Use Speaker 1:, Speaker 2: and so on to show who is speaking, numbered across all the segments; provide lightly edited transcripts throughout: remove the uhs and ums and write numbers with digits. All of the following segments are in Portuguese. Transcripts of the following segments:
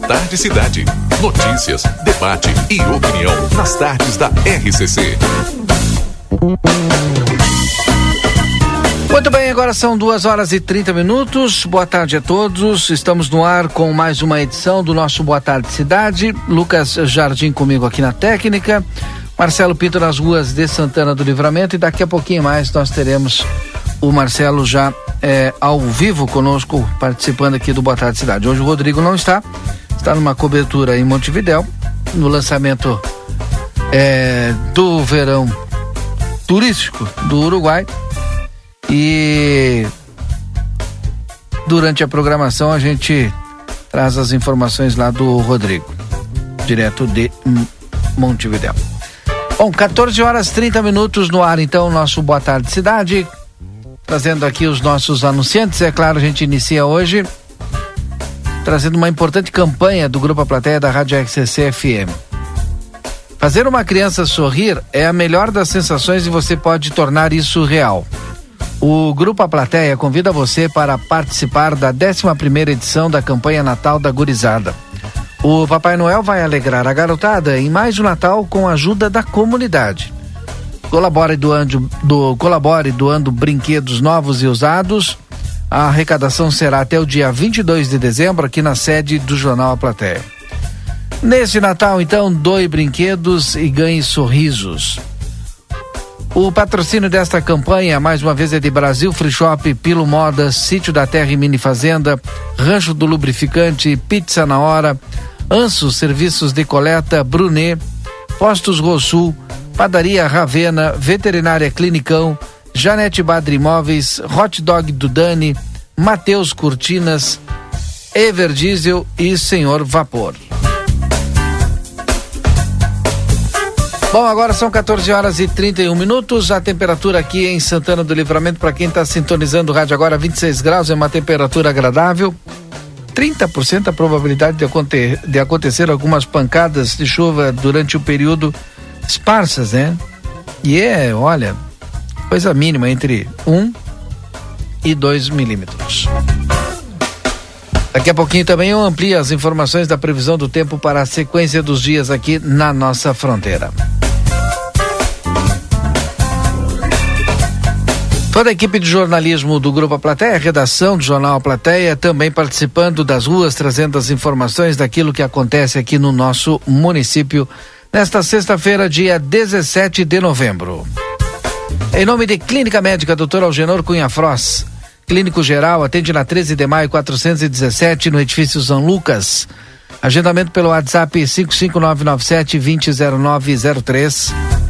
Speaker 1: Tarde Cidade. Notícias, debate e opinião nas tardes da RCC.
Speaker 2: Muito bem, agora são 2h30. Boa tarde a todos. Estamos no ar com mais uma edição do nosso Boa Tarde Cidade. Lucas Jardim comigo aqui na técnica. Marcelo Pinto nas ruas de Santana do Livramento. E daqui a pouquinho mais nós teremos o Marcelo já ao vivo conosco, participando aqui do Boa Tarde Cidade. Hoje o Rodrigo não está numa cobertura em Montevidéu, no lançamento do verão turístico do Uruguai. E durante a programação a gente traz as informações lá do Rodrigo, direto de Montevidéu. Bom, 14h30 no ar, então, nosso Boa Tarde Cidade, trazendo aqui os nossos anunciantes. É claro, a gente inicia hoje trazendo uma importante campanha do Grupo A Plateia da Rádio RCC FM. Fazer uma criança sorrir é a melhor das sensações e você pode tornar isso real. O Grupo A Plateia convida você para participar da 11ª edição da campanha Natal da Gurizada. O Papai Noel vai alegrar a garotada em mais um Natal com a ajuda da comunidade. Colabore doando brinquedos novos e usados. A arrecadação será até o dia 22 de dezembro aqui na sede do Jornal A Plateia. Nesse Natal, então, doe brinquedos e ganhe sorrisos. O patrocínio desta campanha, mais uma vez, é de Brasil Free Shop, Pilo Modas, Sítio da Terra e Mini Fazenda, Rancho do Lubrificante, Pizza na Hora, Anso Serviços de Coleta, Brunet, Postos Rosul, Padaria Ravena, Veterinária Clinicão, Janete Badri Imóveis, Hot Dog do Dani, Mateus Cortinas, Everdiesel e Senhor Vapor. Bom, agora são 14h31. A temperatura aqui em Santana do Livramento, para quem está sintonizando o rádio agora, 26 graus, é uma temperatura agradável. 30% a probabilidade de acontecer algumas pancadas de chuva durante o período esparsas, né? E olha, coisa mínima, entre 1 e 2 milímetros. Daqui a pouquinho também eu amplio as informações da previsão do tempo para a sequência dos dias aqui na nossa fronteira. Toda a equipe de jornalismo do Grupo A Plateia, a redação do Jornal A Plateia, também participando das ruas, trazendo as informações daquilo que acontece aqui no nosso município, nesta sexta-feira, dia 17 de novembro. Em nome de Clínica Médica Dr. Algenor Cunha Froz, Clínico Geral, atende na 13 de maio 417, no edifício São Lucas. Agendamento pelo WhatsApp 55997-200903.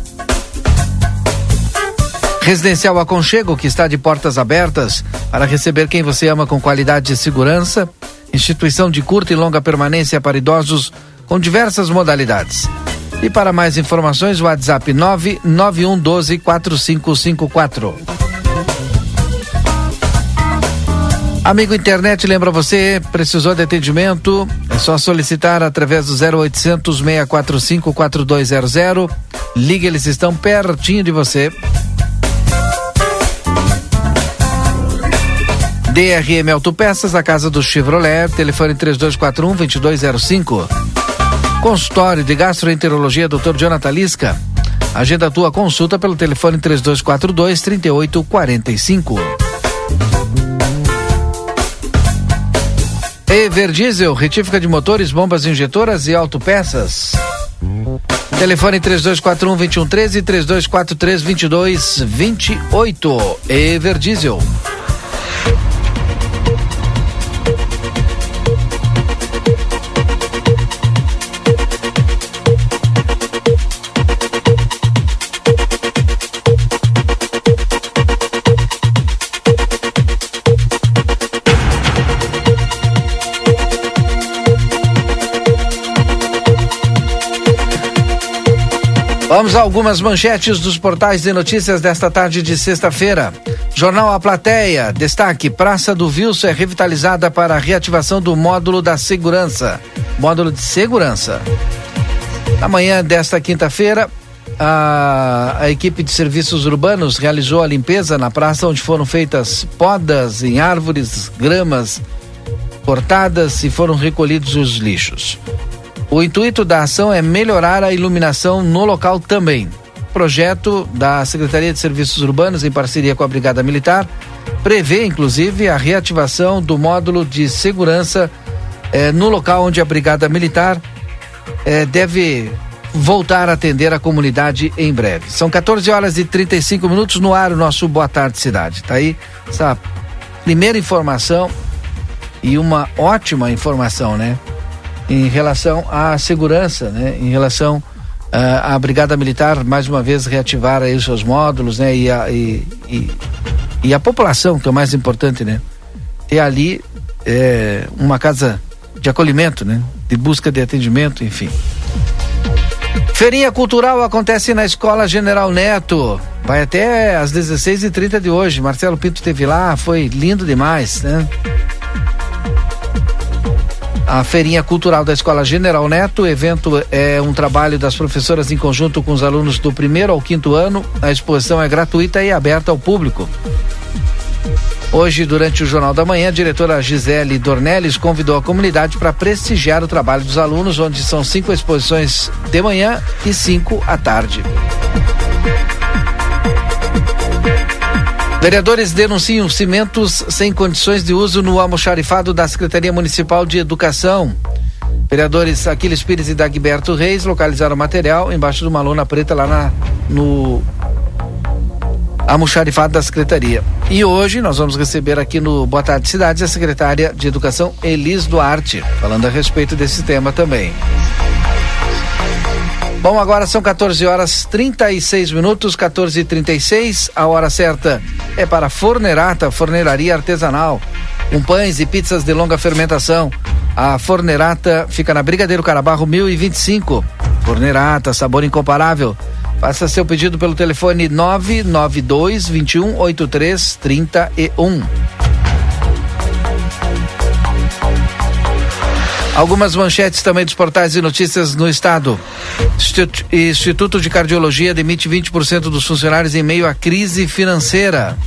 Speaker 2: Residencial Aconchego, que está de portas abertas para receber quem você ama com qualidade e segurança. Instituição de curta e longa permanência para idosos com diversas modalidades. E para mais informações, o WhatsApp 991124554. Amigo Internet, lembra você, precisou de atendimento? É só solicitar através do 0800 645 4200. Ligue, eles estão pertinho de você. DRM Autopeças, a casa do Chevrolet, telefone 3241-2205. Consultório de Gastroenterologia, Dr. Jonathan Lisca. Agenda a tua consulta pelo telefone 3242-3845. Everdiesel, retífica de motores, bombas injetoras e autopeças. Telefone 3241-2113 e 3243-2228. Everdiesel. Vamos a algumas manchetes dos portais de notícias desta tarde de sexta-feira. Jornal A Plateia, destaque: Praça do Vilso é revitalizada para a reativação do módulo da segurança. Módulo de segurança. Na manhã desta quinta-feira, a equipe de serviços urbanos realizou a limpeza na praça, onde foram feitas podas em árvores, gramas cortadas e foram recolhidos os lixos. O intuito da ação é melhorar a iluminação no local também. O projeto da Secretaria de Serviços Urbanos, em parceria com a Brigada Militar, prevê, inclusive, a reativação do módulo de segurança no local onde a Brigada Militar deve voltar a atender a comunidade em breve. São 14h35 no ar, o nosso Boa Tarde Cidade. Tá aí essa primeira informação e uma ótima informação, né? Em relação à segurança, né? Em relação à Brigada Militar, mais uma vez, reativar aí os seus módulos, né? E a população, que é o mais importante, né? Ter ali uma casa de acolhimento, né? De busca de atendimento, enfim. Feirinha Cultural acontece na Escola General Neto. Vai até às 16h30 de hoje. Marcelo Pinto esteve lá, foi lindo demais, né? A Feirinha Cultural da Escola General Neto, o evento é um trabalho das professoras em conjunto com os alunos do 1º ao 5º ano. A exposição é gratuita e aberta ao público. Hoje, durante o Jornal da Manhã, a diretora Gisele Dornelles convidou a comunidade para prestigiar o trabalho dos alunos, onde são 5 exposições de manhã e 5 à tarde. Vereadores denunciam cimentos sem condições de uso no almoxarifado da Secretaria Municipal de Educação. Vereadores Aquiles Pires e Dagberto Reis localizaram o material embaixo de uma lona preta lá no almoxarifado da Secretaria. E hoje nós vamos receber aqui no Boa Tarde Cidades a secretária de Educação, Elis Duarte, falando a respeito desse tema também. Bom, agora são 14h36, 14h36, a hora certa é para Fornerata, forneraria artesanal, com pães e pizzas de longa fermentação. A Fornerata fica na Brigadeiro Carabarro 1025. Fornerata, sabor incomparável. Faça seu pedido pelo telefone 992 21 83 31. Algumas manchetes também dos portais de notícias no estado. Instituto de Cardiologia demite 20% dos funcionários em meio à crise financeira.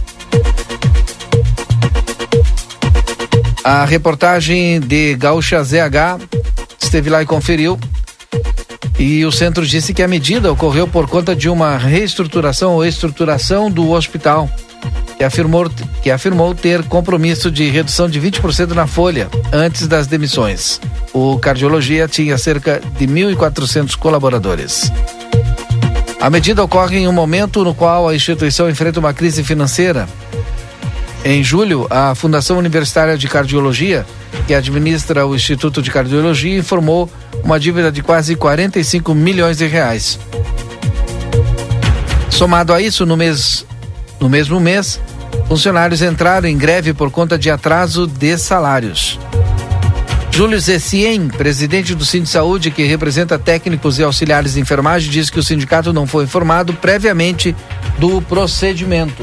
Speaker 2: A reportagem de Gaúcha ZH esteve lá e conferiu. E o centro disse que a medida ocorreu por conta de uma reestruturação ou estruturação do hospital, que afirmou ter compromisso de redução de 20% na folha antes das demissões. O Cardiologia tinha cerca de 1.400 colaboradores. A medida ocorre em um momento no qual a instituição enfrenta uma crise financeira. Em julho, a Fundação Universitária de Cardiologia, que administra o Instituto de Cardiologia, informou uma dívida de quase 45 milhões de reais. Somado a isso, no mesmo mês, funcionários entraram em greve por conta de atraso de salários. Júlio Zecien, presidente do Sindsaúde, que representa técnicos e auxiliares de enfermagem, diz que o sindicato não foi informado previamente do procedimento.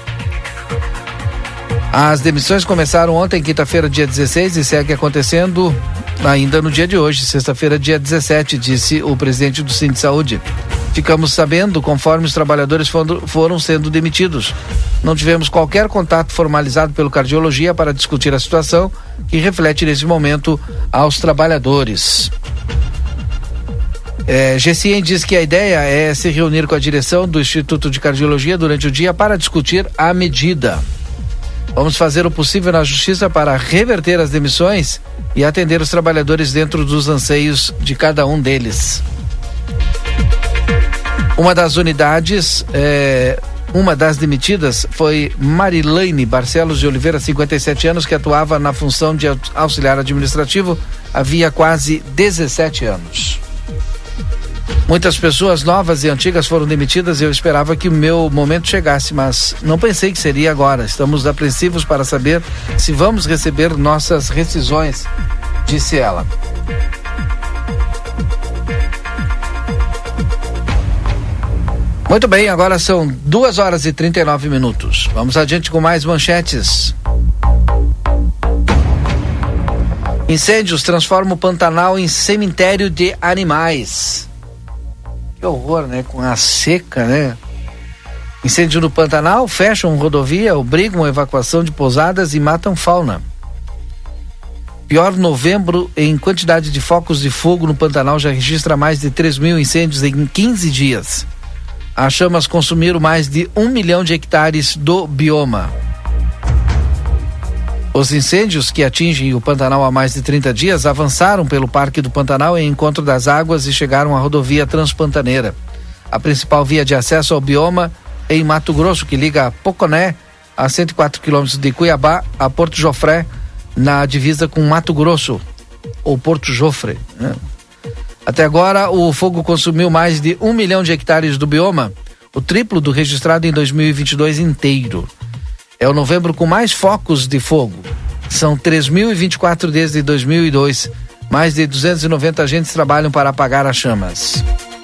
Speaker 2: As demissões começaram ontem, quinta-feira, dia 16, e segue acontecendo ainda no dia de hoje, sexta-feira, dia 17, disse o presidente do Sindsaúde. Ficamos sabendo conforme os trabalhadores foram sendo demitidos. Não tivemos qualquer contato formalizado pelo Cardiologia para discutir a situação, que reflete nesse momento aos trabalhadores. Gessien diz que a ideia é se reunir com a direção do Instituto de Cardiologia durante o dia para discutir a medida. Vamos fazer o possível na justiça para reverter as demissões e atender os trabalhadores dentro dos anseios de cada um deles. Uma das unidades, uma das demitidas foi Marilane Barcelos de Oliveira, 57 anos, que atuava na função de auxiliar administrativo havia quase 17 anos. Muitas pessoas novas e antigas foram demitidas e eu esperava que o meu momento chegasse, mas não pensei que seria agora. Estamos apreensivos para saber se vamos receber nossas rescisões, disse ela. Muito bem, agora são 2h39. Vamos adiante com mais manchetes. Incêndios transformam o Pantanal em cemitério de animais. Que horror, né? Com a seca, né? Incêndio no Pantanal, fecham rodovia, obrigam a evacuação de pousadas e matam fauna. Pior novembro em quantidade de focos de fogo no Pantanal, já registra mais de 3 mil incêndios em 15 dias. As chamas consumiram mais de 1 milhão de hectares do bioma. Os incêndios que atingem o Pantanal há mais de 30 dias avançaram pelo Parque do Pantanal em Encontro das Águas e chegaram à rodovia Transpantaneira, a principal via de acesso ao bioma em Mato Grosso, que liga Poconé, a 104 quilômetros de Cuiabá, a Porto Jofré, na divisa com Mato Grosso, ou Porto Jofre, né? Até agora, o fogo consumiu mais de 1 milhão de hectares do bioma, o triplo do registrado em 2022 inteiro. É o novembro com mais focos de fogo. São 3.024 desde 2002. Mais de 290 agentes trabalham para apagar as chamas.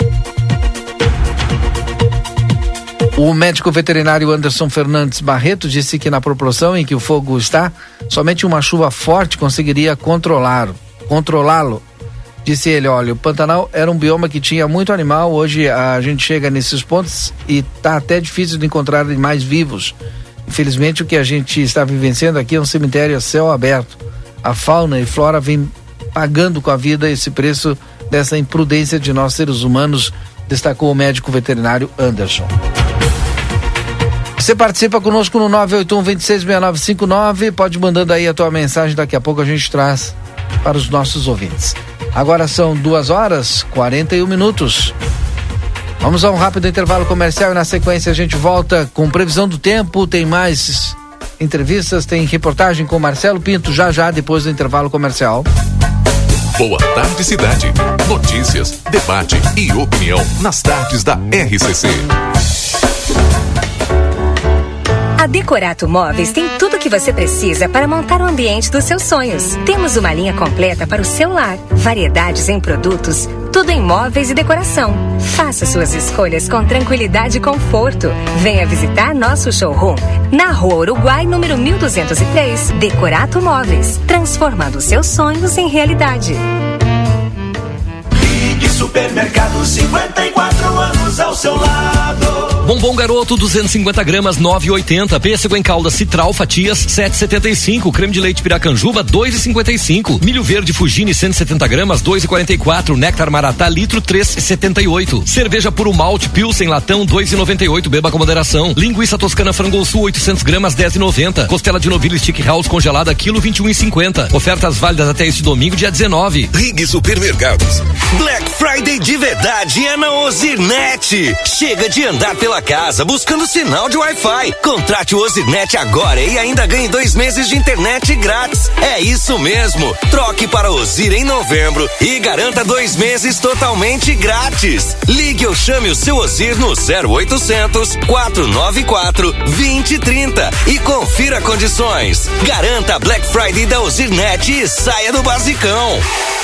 Speaker 2: O médico veterinário Anderson Fernandes Barreto disse que na proporção em que o fogo está, somente uma chuva forte conseguiria controlá-lo. Disse ele, olha, o Pantanal era um bioma que tinha muito animal, hoje a gente chega nesses pontos e está até difícil de encontrar animais vivos. Infelizmente, o que a gente está vivenciando aqui é um cemitério a céu aberto. A fauna e flora vem pagando com a vida esse preço dessa imprudência de nós seres humanos, destacou o médico veterinário Anderson. Você participa conosco no 981-266959, pode mandando aí a tua mensagem, daqui a pouco a gente traz para os nossos ouvintes. Agora são 2h41. Vamos a um rápido intervalo comercial e na sequência a gente volta com previsão do tempo, tem mais entrevistas, tem reportagem com Marcelo Pinto já depois do intervalo comercial.
Speaker 1: Boa tarde, cidade. Notícias, debate e opinião nas tardes da RCC.
Speaker 3: A Decorato Móveis tem tudo o que você precisa para montar o ambiente dos seus sonhos. Temos uma linha completa para o seu lar, variedades em produtos, tudo em móveis e decoração. Faça suas escolhas com tranquilidade e conforto. Venha visitar nosso showroom na Rua Uruguai, número 1203. Decorato Móveis, transformando seus sonhos em realidade.
Speaker 4: Ligue Supermercado, 54 anos ao seu lado.
Speaker 5: Bombom Garoto 250 gramas 9,80. Pêssego em calda Citral fatias 7,75. Creme de leite Piracanjuba 2,55. Milho verde Fugini 170 gramas 2,44. Néctar Maratá litro 3,78. Cerveja Puro Malte Pilsen latão 2,98. Beba com moderação. Linguiça Toscana Frango Sul 800 gramas 10,90. Costela de novilho Stick House congelada quilo 21,50. Ofertas válidas até este domingo dia 19.
Speaker 6: Rig Supermercados. Black Friday de verdade é na Ozirnet. Chega de andar pela casa buscando sinal de Wi-Fi. Contrate o Ozirnet agora e ainda ganhe 2 meses de internet grátis. É isso mesmo. Troque para Ozir em novembro e garanta 2 meses totalmente grátis. Ligue ou chame o seu Ozir no 0800 494 2030 e confira condições. Garanta a Black Friday da Ozirnet e saia do basicão.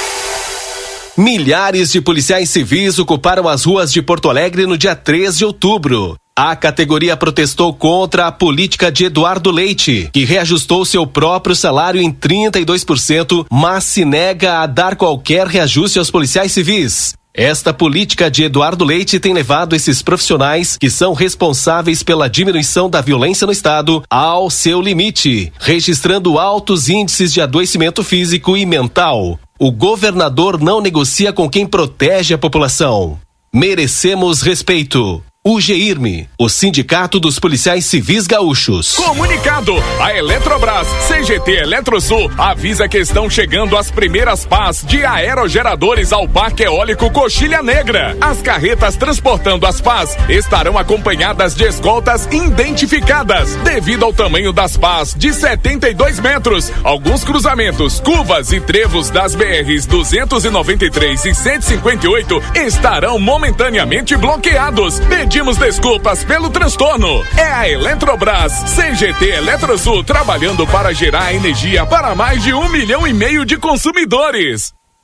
Speaker 7: Milhares de policiais civis ocuparam as ruas de Porto Alegre no dia 3 de outubro. A categoria protestou contra a política de Eduardo Leite, que reajustou seu próprio salário em 32%, mas se nega a dar qualquer reajuste aos policiais civis. Esta política de Eduardo Leite tem levado esses profissionais, que são responsáveis pela diminuição da violência no estado, ao seu limite, registrando altos índices de adoecimento físico e mental. O governador não negocia com quem protege a população. Merecemos respeito. O GIRME, o Sindicato dos Policiais Civis Gaúchos.
Speaker 8: Comunicado: a Eletrobras CGT Eletrosul avisa que estão chegando as primeiras pás de aerogeradores ao Parque Eólico Coxilha Negra. As carretas transportando as pás estarão acompanhadas de escoltas identificadas. Devido ao tamanho das pás de 72 metros, alguns cruzamentos, curvas e trevos das BRs 293 e 158 estarão momentaneamente bloqueados. Pedimos desculpas pelo transtorno. É a Eletrobras CGT Eletrosul trabalhando para gerar energia para mais de 1,5 milhão de consumidores.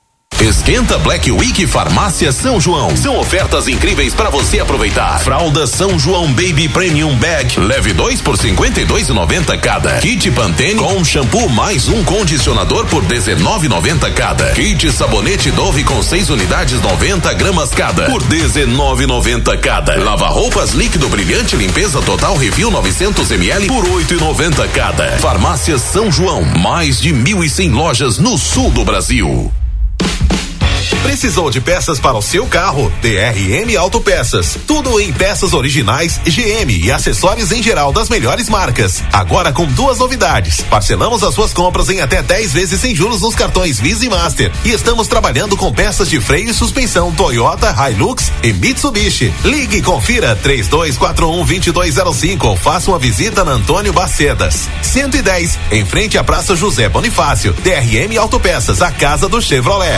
Speaker 9: Esquenta Black Week Farmácia São João. São ofertas incríveis para você aproveitar. Fralda São João Baby Premium Bag. Leve 2 por R$ 52,90 cada. Kit Pantene com shampoo mais um condicionador por R$ 19,90 cada. Kit sabonete Dove com 6 unidades 90 gramas cada por R$ 19,90 cada. Lava roupas líquido brilhante limpeza total refil 900 ml por R$ 8,90 cada. Farmácia São João. Mais de 1.100 lojas no sul do Brasil. Precisou de peças para o seu carro? DRM Autopeças. Tudo em peças originais, GM e acessórios em geral das melhores marcas. Agora com 2 novidades. Parcelamos as suas compras em até 10 vezes sem juros nos cartões Visa e Master. E estamos trabalhando com peças de freio e suspensão Toyota, Hilux e Mitsubishi. Ligue e confira 3241-2205 ou faça uma visita na Antônio Bacedas 110, em frente à Praça José Bonifácio. DRM Autopeças, a casa do Chevrolet.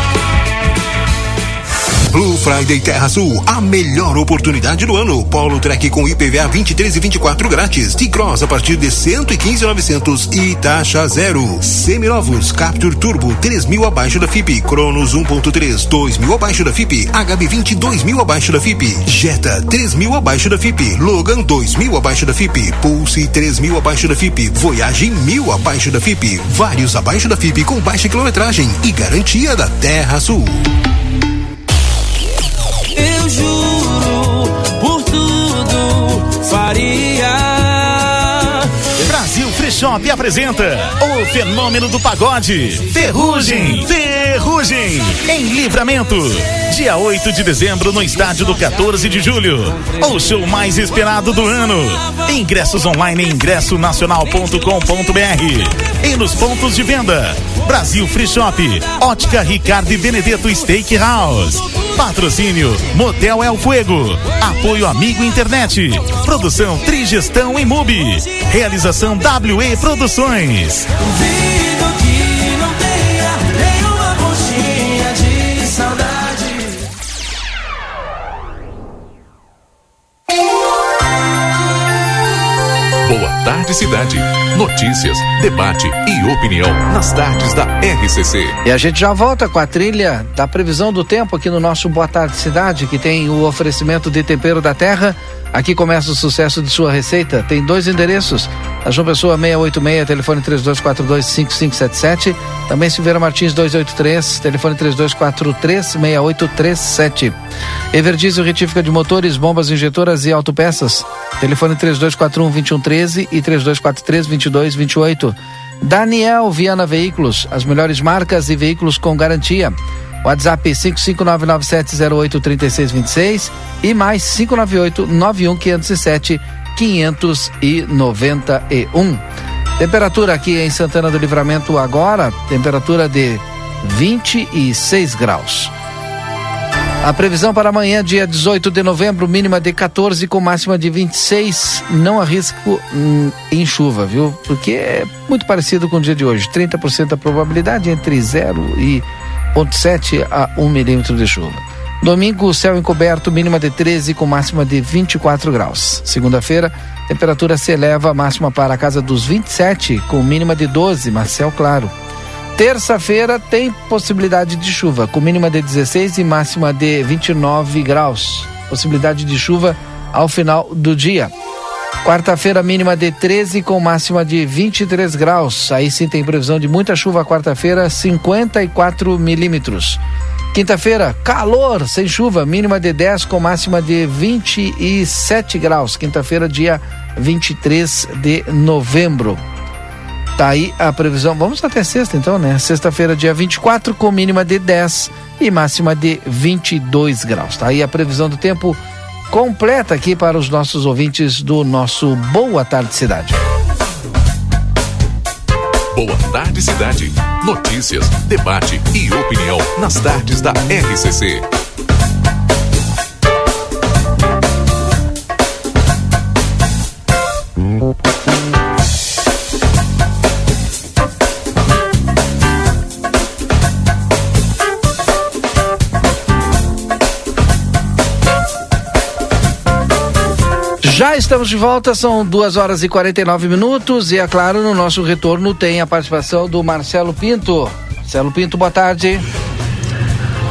Speaker 10: Blue Friday Terra Sul, a melhor oportunidade do ano. Polo Trek com IPVA 23 e 24 grátis. T-Cross a partir de 115.900 e taxa zero. Seminovos, Captur Turbo 3.000 abaixo da FIP. Cronos 1.3 2.000 abaixo da FIP. HB20 2.000 abaixo da FIP. Jetta 3.000 abaixo da FIP. Logan 2.000 abaixo da FIP. Pulse 3.000 abaixo da FIP. Voyage 1.000 abaixo da FIP. Vários abaixo da FIP com baixa quilometragem e garantia da Terra Sul.
Speaker 11: Eu juro, por tudo faria.
Speaker 12: Brasil Free Shop apresenta o fenômeno do pagode, Ferrugem. Ferrugem, em Livramento, dia 8 de dezembro no estádio do 14 de julho. O show mais esperado do ano. Ingressos online em ingressonacional.com.br e nos pontos de venda. Brasil Free Shop, Ótica Ricardo e Benedetto Steakhouse. Patrocínio Motel El Fuego. Apoio Amigo Internet. Produção Trigestão e Mubi. Realização WE Produções.
Speaker 11: Duvido que não tenha nenhuma conchinha de saudade.
Speaker 1: Boa tarde, cidade. Notícias, debate e opinião nas tardes da RCC.
Speaker 2: E a gente já volta com a trilha da previsão do tempo aqui no nosso Boa Tarde Cidade, que tem o oferecimento de tempero da terra. Aqui começa o sucesso de sua receita. Tem 2 endereços. A João Pessoa 686, telefone 3242-5577. Também Silveira Martins 283, telefone 3243-6837. Everdiesel Retífica de Motores, Bombas Injetoras e Autopeças. Telefone 3241-2113 e 3243-2228. Daniel Viana Veículos, as melhores marcas e veículos com garantia. WhatsApp 55997083626 e mais 591-507-591. Temperatura aqui em Santana do Livramento agora, temperatura de 26 graus. A previsão para amanhã, dia 18 de novembro, mínima de 14 com máxima de 26. Não há risco em chuva, viu? Porque é muito parecido com o dia de hoje. 30% a probabilidade, entre 0 e 0,7 a 1 milímetro de chuva. Domingo, céu encoberto, mínima de 13 com máxima de 24 graus. Segunda-feira, temperatura se eleva, máxima para a casa dos 27 com mínima de 12, mas céu claro. Terça-feira tem possibilidade de chuva, com mínima de 16 e máxima de 29 graus. Possibilidade de chuva ao final do dia. Quarta-feira, mínima de 13 com máxima de 23 graus. Aí sim tem previsão de muita chuva quarta-feira, 54 milímetros. Quinta-feira, calor, sem chuva, mínima de 10 com máxima de 27 graus. Quinta-feira, dia 23 de novembro. Tá aí a previsão, vamos até sexta então, né? Sexta-feira, dia 24, com mínima de 10 e máxima de 22 graus. Tá aí a previsão do tempo completa aqui para os nossos ouvintes do nosso Boa Tarde Cidade.
Speaker 1: Boa Tarde Cidade. Notícias, debate e opinião nas tardes da RCC.
Speaker 2: Já estamos de volta, são 2h49 e é claro, no nosso retorno tem a participação do Marcelo Pinto. Marcelo Pinto, boa tarde.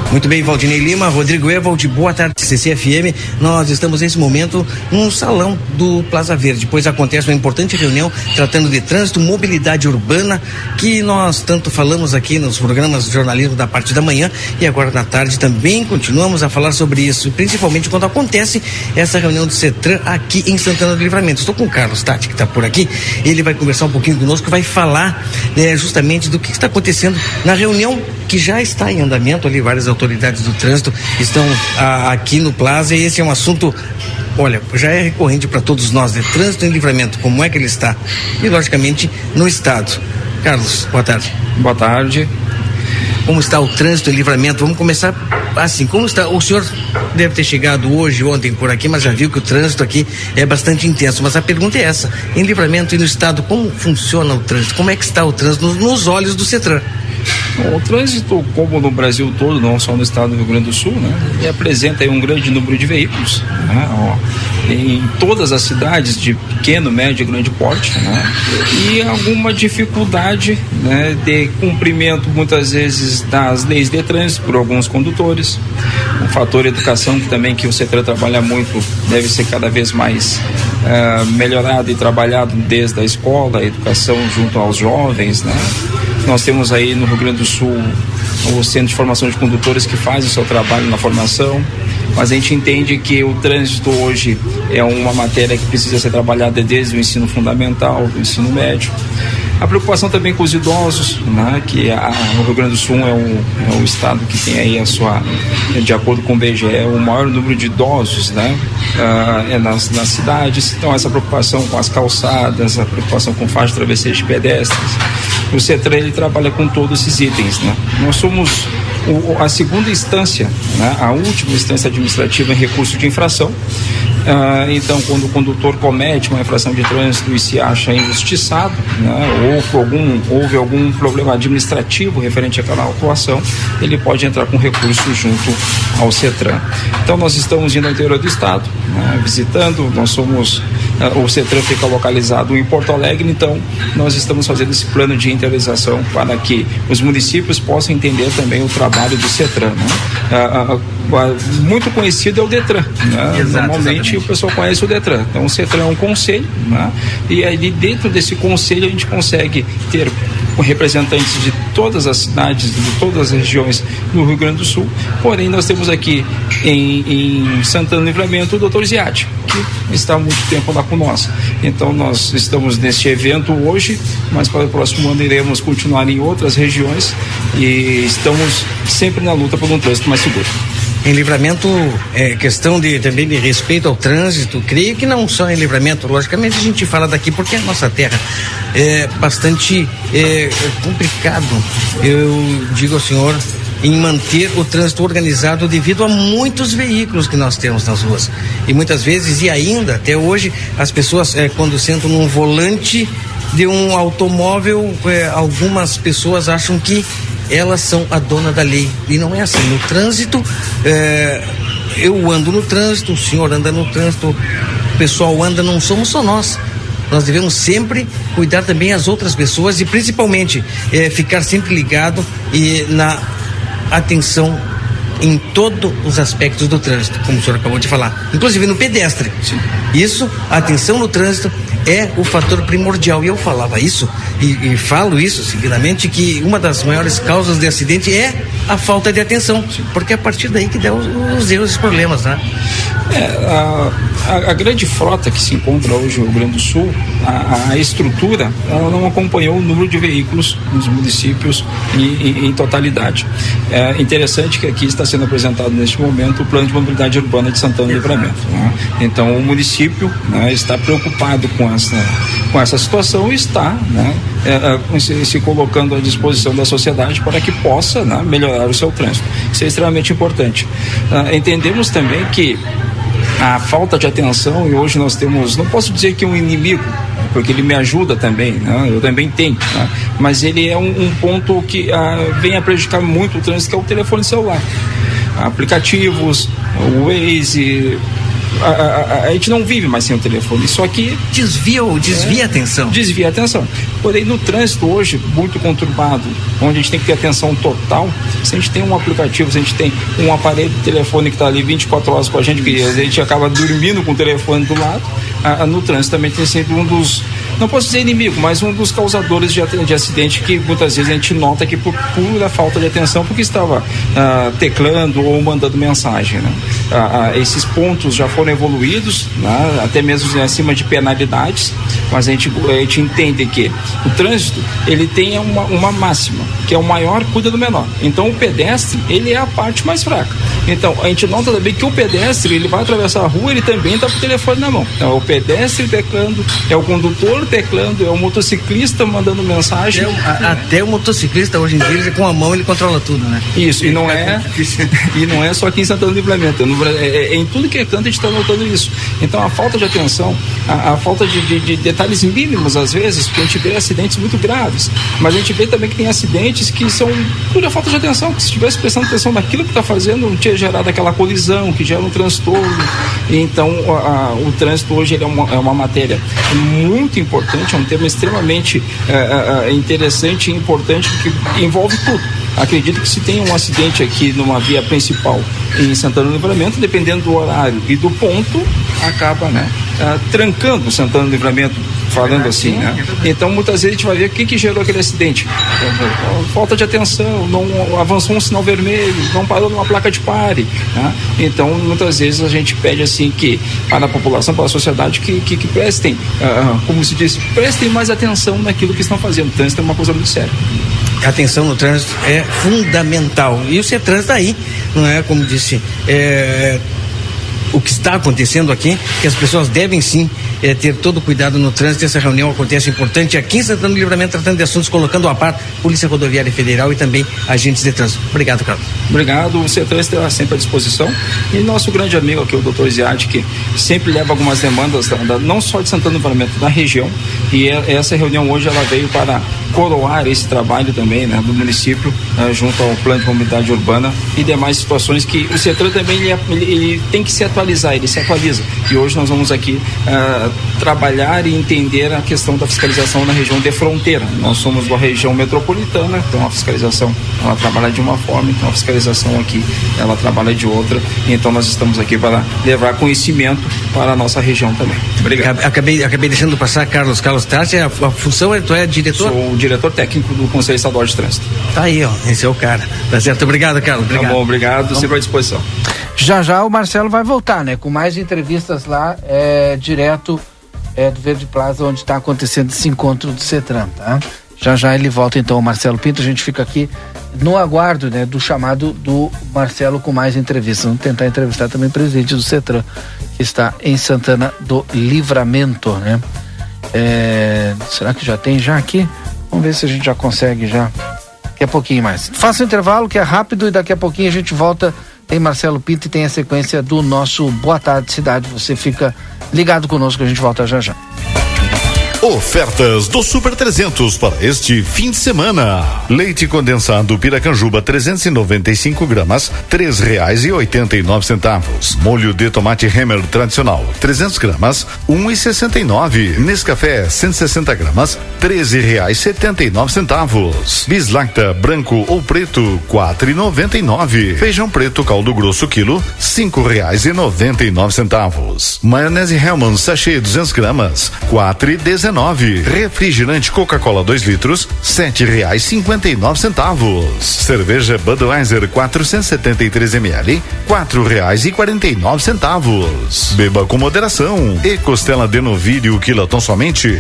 Speaker 13: Muito bem, Valdinei Lima, Rodrigo Evald, boa tarde, CCFM. Nós estamos nesse momento num salão do Plaza Verde, pois acontece uma importante reunião tratando de trânsito, mobilidade urbana, que nós tanto falamos aqui nos programas de jornalismo da parte da manhã, e agora na tarde também continuamos a falar sobre isso, principalmente quando acontece essa reunião do CETRAN aqui em Santana do Livramento. Estou com o Carlos Tati, que está por aqui, ele vai conversar um pouquinho conosco, vai falar justamente do que está acontecendo na reunião que já está em andamento ali. Várias autoridades do trânsito estão aqui no Plaza, e esse é um assunto, olha, já é recorrente para todos nós, de trânsito em Livramento, como é que ele está, e logicamente no estado. Carlos, boa tarde.
Speaker 14: Boa tarde.
Speaker 13: Como está o trânsito em Livramento? Vamos começar assim, como está? O senhor deve ter chegado hoje, ontem por aqui, mas já viu que o trânsito aqui é bastante intenso, mas a pergunta é essa: em Livramento e no estado, como funciona o trânsito? Como é que está o trânsito nos olhos do CETRAN?
Speaker 14: O trânsito, como no Brasil todo, não só no estado do Rio Grande do Sul, né, ele apresenta aí um grande número de veículos, né, em todas as cidades de pequeno, médio e grande porte, né, e alguma dificuldade, né, de cumprimento muitas vezes das leis de trânsito por alguns condutores. Um fator educação que o CETRAN trabalha muito, deve ser cada vez mais melhorado e trabalhado desde a escola, a educação junto aos jovens, né. Nós temos aí no Rio Grande do Sul o Centro de Formação de Condutores, que faz o seu trabalho na formação, mas a gente entende que o trânsito hoje é uma matéria que precisa ser trabalhada desde o ensino fundamental, do ensino médio. A preocupação também com os idosos, né, que o Rio Grande do Sul é o estado que tem aí de acordo com o BGE, o maior número de idosos, né, nas cidades. Então essa preocupação com as calçadas, a preocupação com faixa de travessia de pedestres. O CETRAN, ele trabalha com todos esses itens, né. Nós somos a segunda instância, né, a última instância administrativa em recurso de infração. Então, quando o condutor comete uma infração de trânsito e se acha injustiçado, né, ou houve algum problema administrativo referente àquela autuação, ele pode entrar com recurso junto ao CETRAN. Então, nós estamos indo ao interior do estado, né, visitando. O CETRAN fica localizado em Porto Alegre, então nós estamos fazendo esse plano de interiorização para que os municípios possam entender também o trabalho do CETRAN, né? Muito conhecido é o DETRAN, né? Normalmente o pessoal conhece o DETRAN. Então o CETRAN é um conselho, né? E ali dentro desse conselho a gente consegue ter representantes de todas as cidades, de todas as regiões do Rio Grande do Sul. Porém, nós temos aqui em Santana do Livramento o Dr. Ziad, que está há muito tempo lá com nós. Então nós estamos neste evento hoje, mas para o próximo ano iremos continuar em outras regiões e estamos sempre na luta por um trânsito mais seguro.
Speaker 13: Em Livramento, questão também de respeito ao trânsito, creio que não só em Livramento, logicamente a gente fala daqui porque a nossa terra é bastante complicado, eu digo ao senhor, em manter o trânsito organizado devido a muitos veículos que nós temos nas ruas. E muitas vezes, e ainda até hoje, as pessoas quando sentam num volante de um automóvel, algumas pessoas acham que elas são a dona da lei, e não é assim. No trânsito, eu ando no trânsito, o senhor anda no trânsito, o pessoal anda, não somos só nós. Nós devemos sempre cuidar também as outras pessoas e principalmente ficar sempre ligado e na atenção em todos os aspectos do trânsito, como o senhor acabou de falar, inclusive no pedestre. Sim. Isso, a atenção no trânsito é o fator primordial, e eu falava isso e falo isso seguidamente, que uma das maiores causas de acidente é a falta de atenção. Sim. Porque é a partir daí que dá os erros e problemas, né?
Speaker 14: A grande frota que se encontra hoje no Rio Grande do Sul, a estrutura, ela não acompanhou o número de veículos nos municípios em totalidade. É interessante que aqui está sendo apresentado neste momento o plano de mobilidade urbana de Santana do Livramento, né? Então o município, né, está preocupado com essa situação e está, né, se colocando à disposição da sociedade para que possa, né, melhorar o seu trânsito. Isso é extremamente importante. Entendemos também que a falta de atenção, e hoje nós temos, não posso dizer que é um inimigo, porque ele me ajuda também, né? Eu também tenho, né? Mas ele é um ponto que vem a prejudicar muito o trânsito, que é o telefone celular. Aplicativos, o Waze, a gente não vive mais sem o telefone. Isso aqui
Speaker 13: desvia a atenção.
Speaker 14: Desvia a atenção. Porém, no trânsito hoje, muito conturbado, onde a gente tem que ter atenção total, se a gente tem um aplicativo, se a gente tem um aparelho de telefone que está ali 24 horas com a gente, que a gente acaba dormindo com o telefone do lado, no trânsito também tem sido um dos, não posso dizer inimigo, mas um dos causadores de acidente, que muitas vezes a gente nota que por pura falta de atenção, porque estava teclando ou mandando mensagem, né? Esses pontos já foram evoluídos, né? Até mesmo acima de penalidades, mas a gente entende que o trânsito, ele tem uma máxima, que é o maior cuida do menor. Então o pedestre, ele é a parte mais fraca. Então a gente nota também que o pedestre, ele vai atravessar a rua, ele também está com o telefone na mão. Então é o pedestre teclando, é o condutor teclando, é o motociclista mandando mensagem.
Speaker 13: Até o motociclista hoje em dia, com a mão ele controla tudo, né?
Speaker 14: Isso, e não é só aqui em Santana do Livramento, em tudo que é canto a gente está notando isso. Então a falta de atenção, a falta de detalhes mínimos às vezes, porque a gente vê acidentes muito graves, mas a gente vê também que tem acidentes que são pura falta de atenção, que se estivesse prestando atenção naquilo que está fazendo, não tinha gerado aquela colisão que gera um transtorno. Então o trânsito hoje ele é uma matéria muito importante, é um tema extremamente interessante e importante, que envolve tudo. Acredito que se tem um acidente aqui numa via principal em Santana do Livramento, dependendo do horário e do ponto, acaba, né, trancando Santana do Livramento, falando assim, né? Então muitas vezes a gente vai ver o que gerou aquele acidente. Falta de atenção, não avançou um sinal vermelho, não parou numa placa de pare, né? Então muitas vezes a gente pede assim que para a população, para a sociedade, que prestem, como se diz, prestem mais atenção naquilo que estão fazendo. O trânsito é uma coisa muito séria.
Speaker 13: A atenção no trânsito é fundamental. E o CETRANS está aí, não é? Como disse, o que está acontecendo aqui, que as pessoas devem sim ter todo o cuidado no trânsito. Essa reunião acontece importante aqui em Santana do Livramento, tratando de assuntos, colocando a par Polícia Rodoviária Federal e também agentes de trânsito. Obrigado, Carlos.
Speaker 14: Obrigado, o CETRANS está sempre à disposição, e nosso grande amigo aqui, o Dr. Ziad, que sempre leva algumas demandas, não só de Santana do Livramento, da região, e essa reunião hoje ela veio para coroar esse trabalho também, né, do município, junto ao Plano de Mobilidade Urbana e demais situações que o CETRANS também ele tem que se atualizar, ele se atualiza, e hoje nós vamos aqui trabalhar e entender a questão da fiscalização na região de fronteira. Nós somos da região metropolitana, então a fiscalização ela trabalha de uma forma, então a fiscalização aqui ela trabalha de outra, então nós estamos aqui para levar conhecimento para a nossa região também. Obrigado.
Speaker 13: Acabei deixando passar, Carlos Tassi, a função tu é diretor?
Speaker 14: Sou o diretor técnico do Conselho Estadual de Trânsito.
Speaker 13: Tá aí, ó, esse é o cara. Tá certo, obrigado, Carlos. Obrigado.
Speaker 14: Tá bom, obrigado, sempre à disposição.
Speaker 2: Já o Marcelo vai voltar, né? Com mais entrevistas lá, direto do Verde Plaza, onde está acontecendo esse encontro do CETRAN, tá? Já ele volta então, o Marcelo Pinto. A gente fica aqui no aguardo, né, do chamado do Marcelo com mais entrevistas. Vamos tentar entrevistar também o presidente do CETRAN, que está em Santana do Livramento, né? Será que já tem aqui? Vamos ver se a gente já consegue já. Daqui a pouquinho mais. Faça um intervalo que é rápido e daqui a pouquinho a gente volta. Tem Marcelo Pinto e tem a sequência do nosso Boa Tarde Cidade. Você fica ligado conosco, a gente volta já.
Speaker 9: Ofertas do Super 300 para este fim de semana. Leite condensado Piracanjuba 395 gramas, R$3,89. Molho de tomate Hemmer tradicional 300 gramas, R$1,69. Nescafé 160 gramas, R$13,79. Bislacta branco ou preto, R$4,99. Feijão preto caldo grosso quilo, R$5,99. Maionese Hellmann's sachê 200 gramas, R$4,19. Refrigerante Coca-Cola 2 litros, R$7,59. Cerveja Budweiser 473 ml, R$4,49. Beba com moderação. E costela de novilho quilatão somente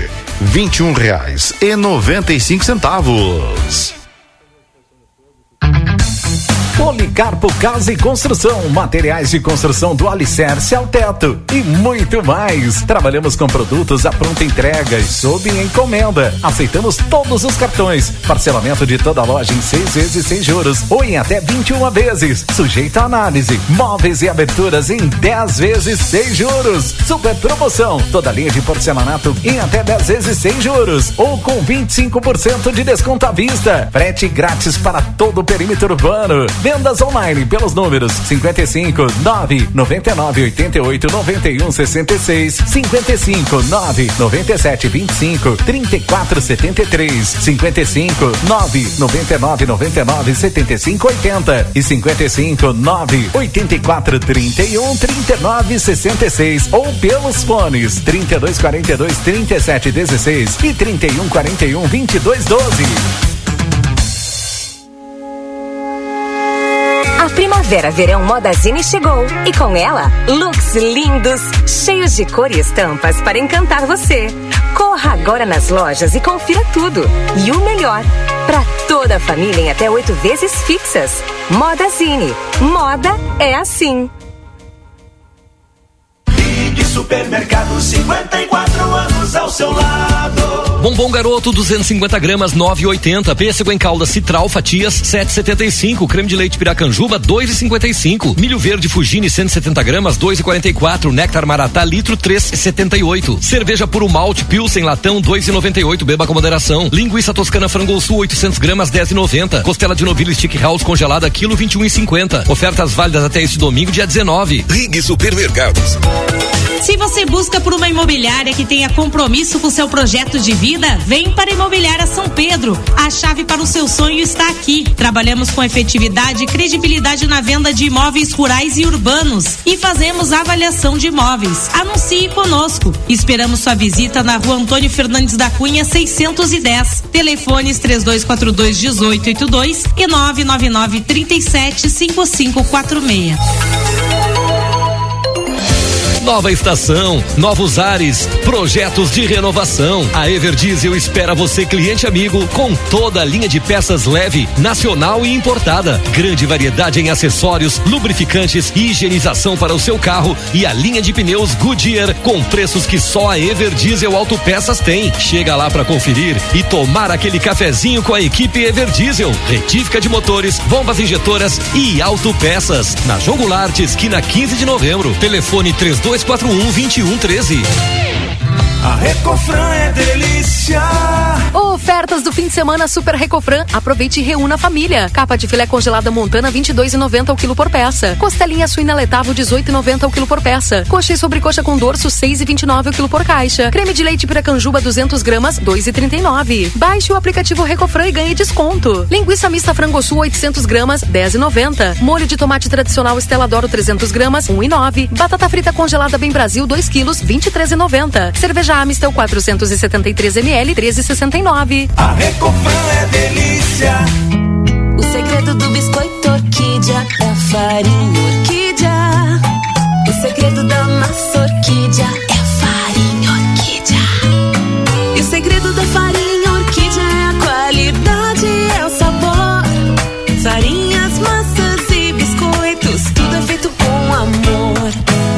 Speaker 9: R$21,95.
Speaker 15: Policarpo Casa e Construção, materiais de construção do alicerce ao teto e muito mais. Trabalhamos com produtos à pronta entrega e sob encomenda. Aceitamos todos os cartões. Parcelamento de toda a loja em 6 vezes sem juros ou em até 21 vezes. Sujeito a análise. Móveis e aberturas em 10 vezes sem juros. Super promoção. Toda linha de porcelanato em até 10 vezes sem juros ou com 25% de desconto à vista. Frete grátis para todo o perímetro urbano. Vendas online pelos números 55 999 88 91 66, 55 997 25 34 73, 55 999 99 75 80 e 55 9 84 31 39 66 ou pelos fones 32 42 37 16 e 31 41 22 12.
Speaker 3: A Primavera-Verão Modazine chegou e com ela, looks lindos, cheios de cor e estampas para encantar você. Corra agora nas lojas e confira tudo. E o melhor, para toda a família em até 8 vezes fixas. Modazine. Moda é assim.
Speaker 4: Supermercado, 54 anos ao seu lado.
Speaker 5: Bombom Garoto 250 gramas 9,80. Pêssego em calda Citral fatias 7,75. Creme de leite Piracanjuba 2,55. Milho verde Fugini 170 gramas 2,44. Néctar Maratá litro 3,78. Cerveja Puro Malte Pilsen latão 2,98. Beba com moderação. Linguiça Toscana Frango Sul 800 gramas 10,90. Costela de novilho Stick House congelada quilo 21,50. Ofertas válidas até este domingo dia 19.
Speaker 1: Rig Supermercados.
Speaker 16: Se você busca por uma imobiliária que tenha compromisso com seu projeto de vida, vem para a Imobiliária São Pedro. A chave para o seu sonho está aqui. Trabalhamos com efetividade e credibilidade na venda de imóveis rurais e urbanos e fazemos avaliação de imóveis. Anuncie conosco. Esperamos sua visita na Rua Antônio Fernandes da Cunha 610. Telefones 3242-1882 e 999-375546.
Speaker 5: Nova estação, novos ares, projetos de renovação. A Everdiesel espera você, cliente amigo, com toda a linha de peças leve, nacional e importada. Grande variedade em acessórios, lubrificantes e higienização para o seu carro e a linha de pneus Goodyear com preços que só a Everdiesel Autopeças tem. Chega lá para conferir e tomar aquele cafezinho com a equipe Everdiesel. Retífica de motores, bombas injetoras e autopeças. Na João Goulart, esquina 15 de novembro. Telefone 3241-2113.
Speaker 11: A Recofran é delícia.
Speaker 17: Ofertas do fim de semana Super Recofran. Aproveite e reúna a família. Capa de filé congelada Montana 22,90 ao quilo por peça. Costelinha suína Letavo 18,90 ao quilo por peça. Coxa e sobrecoxa com dorso 6,29 ao quilo por caixa. Creme de leite Piracanjuba 200 gramas 2,39. Baixe o aplicativo Recofran e ganhe desconto. Linguiça mista frango sul 800 gramas 10,90. Molho de tomate tradicional Stella D'Oro 300 gramas 1,9. Batata frita congelada Bem Brasil 2 quilos 23,90. Cerveja Amistel 473 ml 13,69.
Speaker 11: A Recofran é delícia.
Speaker 18: O segredo do biscoito orquídea é a farinha orquídea. O segredo da massa orquídea é a farinha orquídea. E o segredo da farinha orquídea é a qualidade, é o sabor. Farinhas, massas e biscoitos, tudo é feito com amor.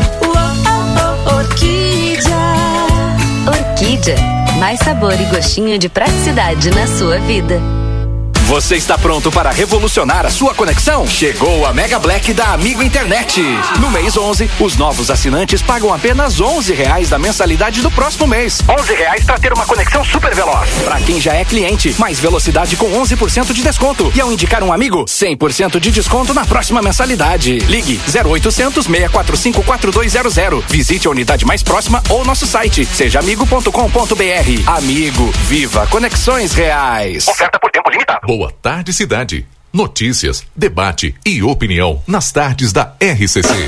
Speaker 18: Orquídea. Orquídea, mais sabor e gostinho de praticidade na sua vida.
Speaker 19: Você está pronto para revolucionar a sua conexão? Chegou a Mega Black da Amigo Internet. No mês 11, os novos assinantes pagam apenas R$11 da mensalidade do próximo mês. R$11 para ter uma conexão super veloz. Para quem já é cliente, mais velocidade com 11% de desconto. E ao indicar um amigo, 100% de desconto na próxima mensalidade. Ligue 0800 645 4200. Visite a unidade mais próxima ou nosso site sejaamigo.com.br. Amigo, viva conexões reais. Oferta por tempo limitado.
Speaker 1: Boa tarde, cidade. Notícias, debate e opinião nas tardes da RCC.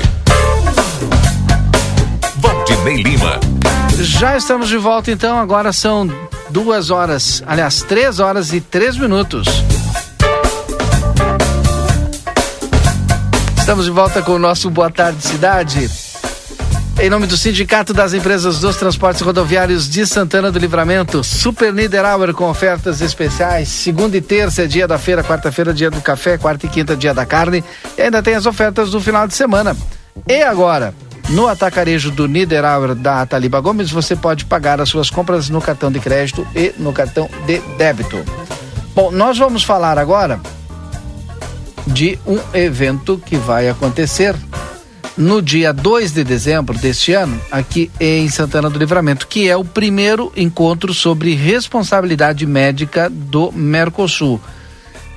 Speaker 1: Valdinei Lima.
Speaker 2: Já estamos de volta, então. Agora são 3 horas e 3 minutos. Estamos de volta com o nosso Boa Tarde Cidade. Em nome do Sindicato das Empresas dos Transportes Rodoviários de Santana do Livramento, Super Niederauer com ofertas especiais. Segunda e terça é dia da feira, quarta-feira dia do café, quarta e quinta dia da carne. E ainda tem as ofertas do final de semana. E agora, no atacarejo do Niederauer da Taliba Gomes, você pode pagar as suas compras no cartão de crédito e no cartão de débito. Bom, nós vamos falar agora de um evento que vai acontecer no dia 2 de dezembro deste ano, aqui em Santana do Livramento, que é o primeiro encontro sobre responsabilidade médica do Mercosul.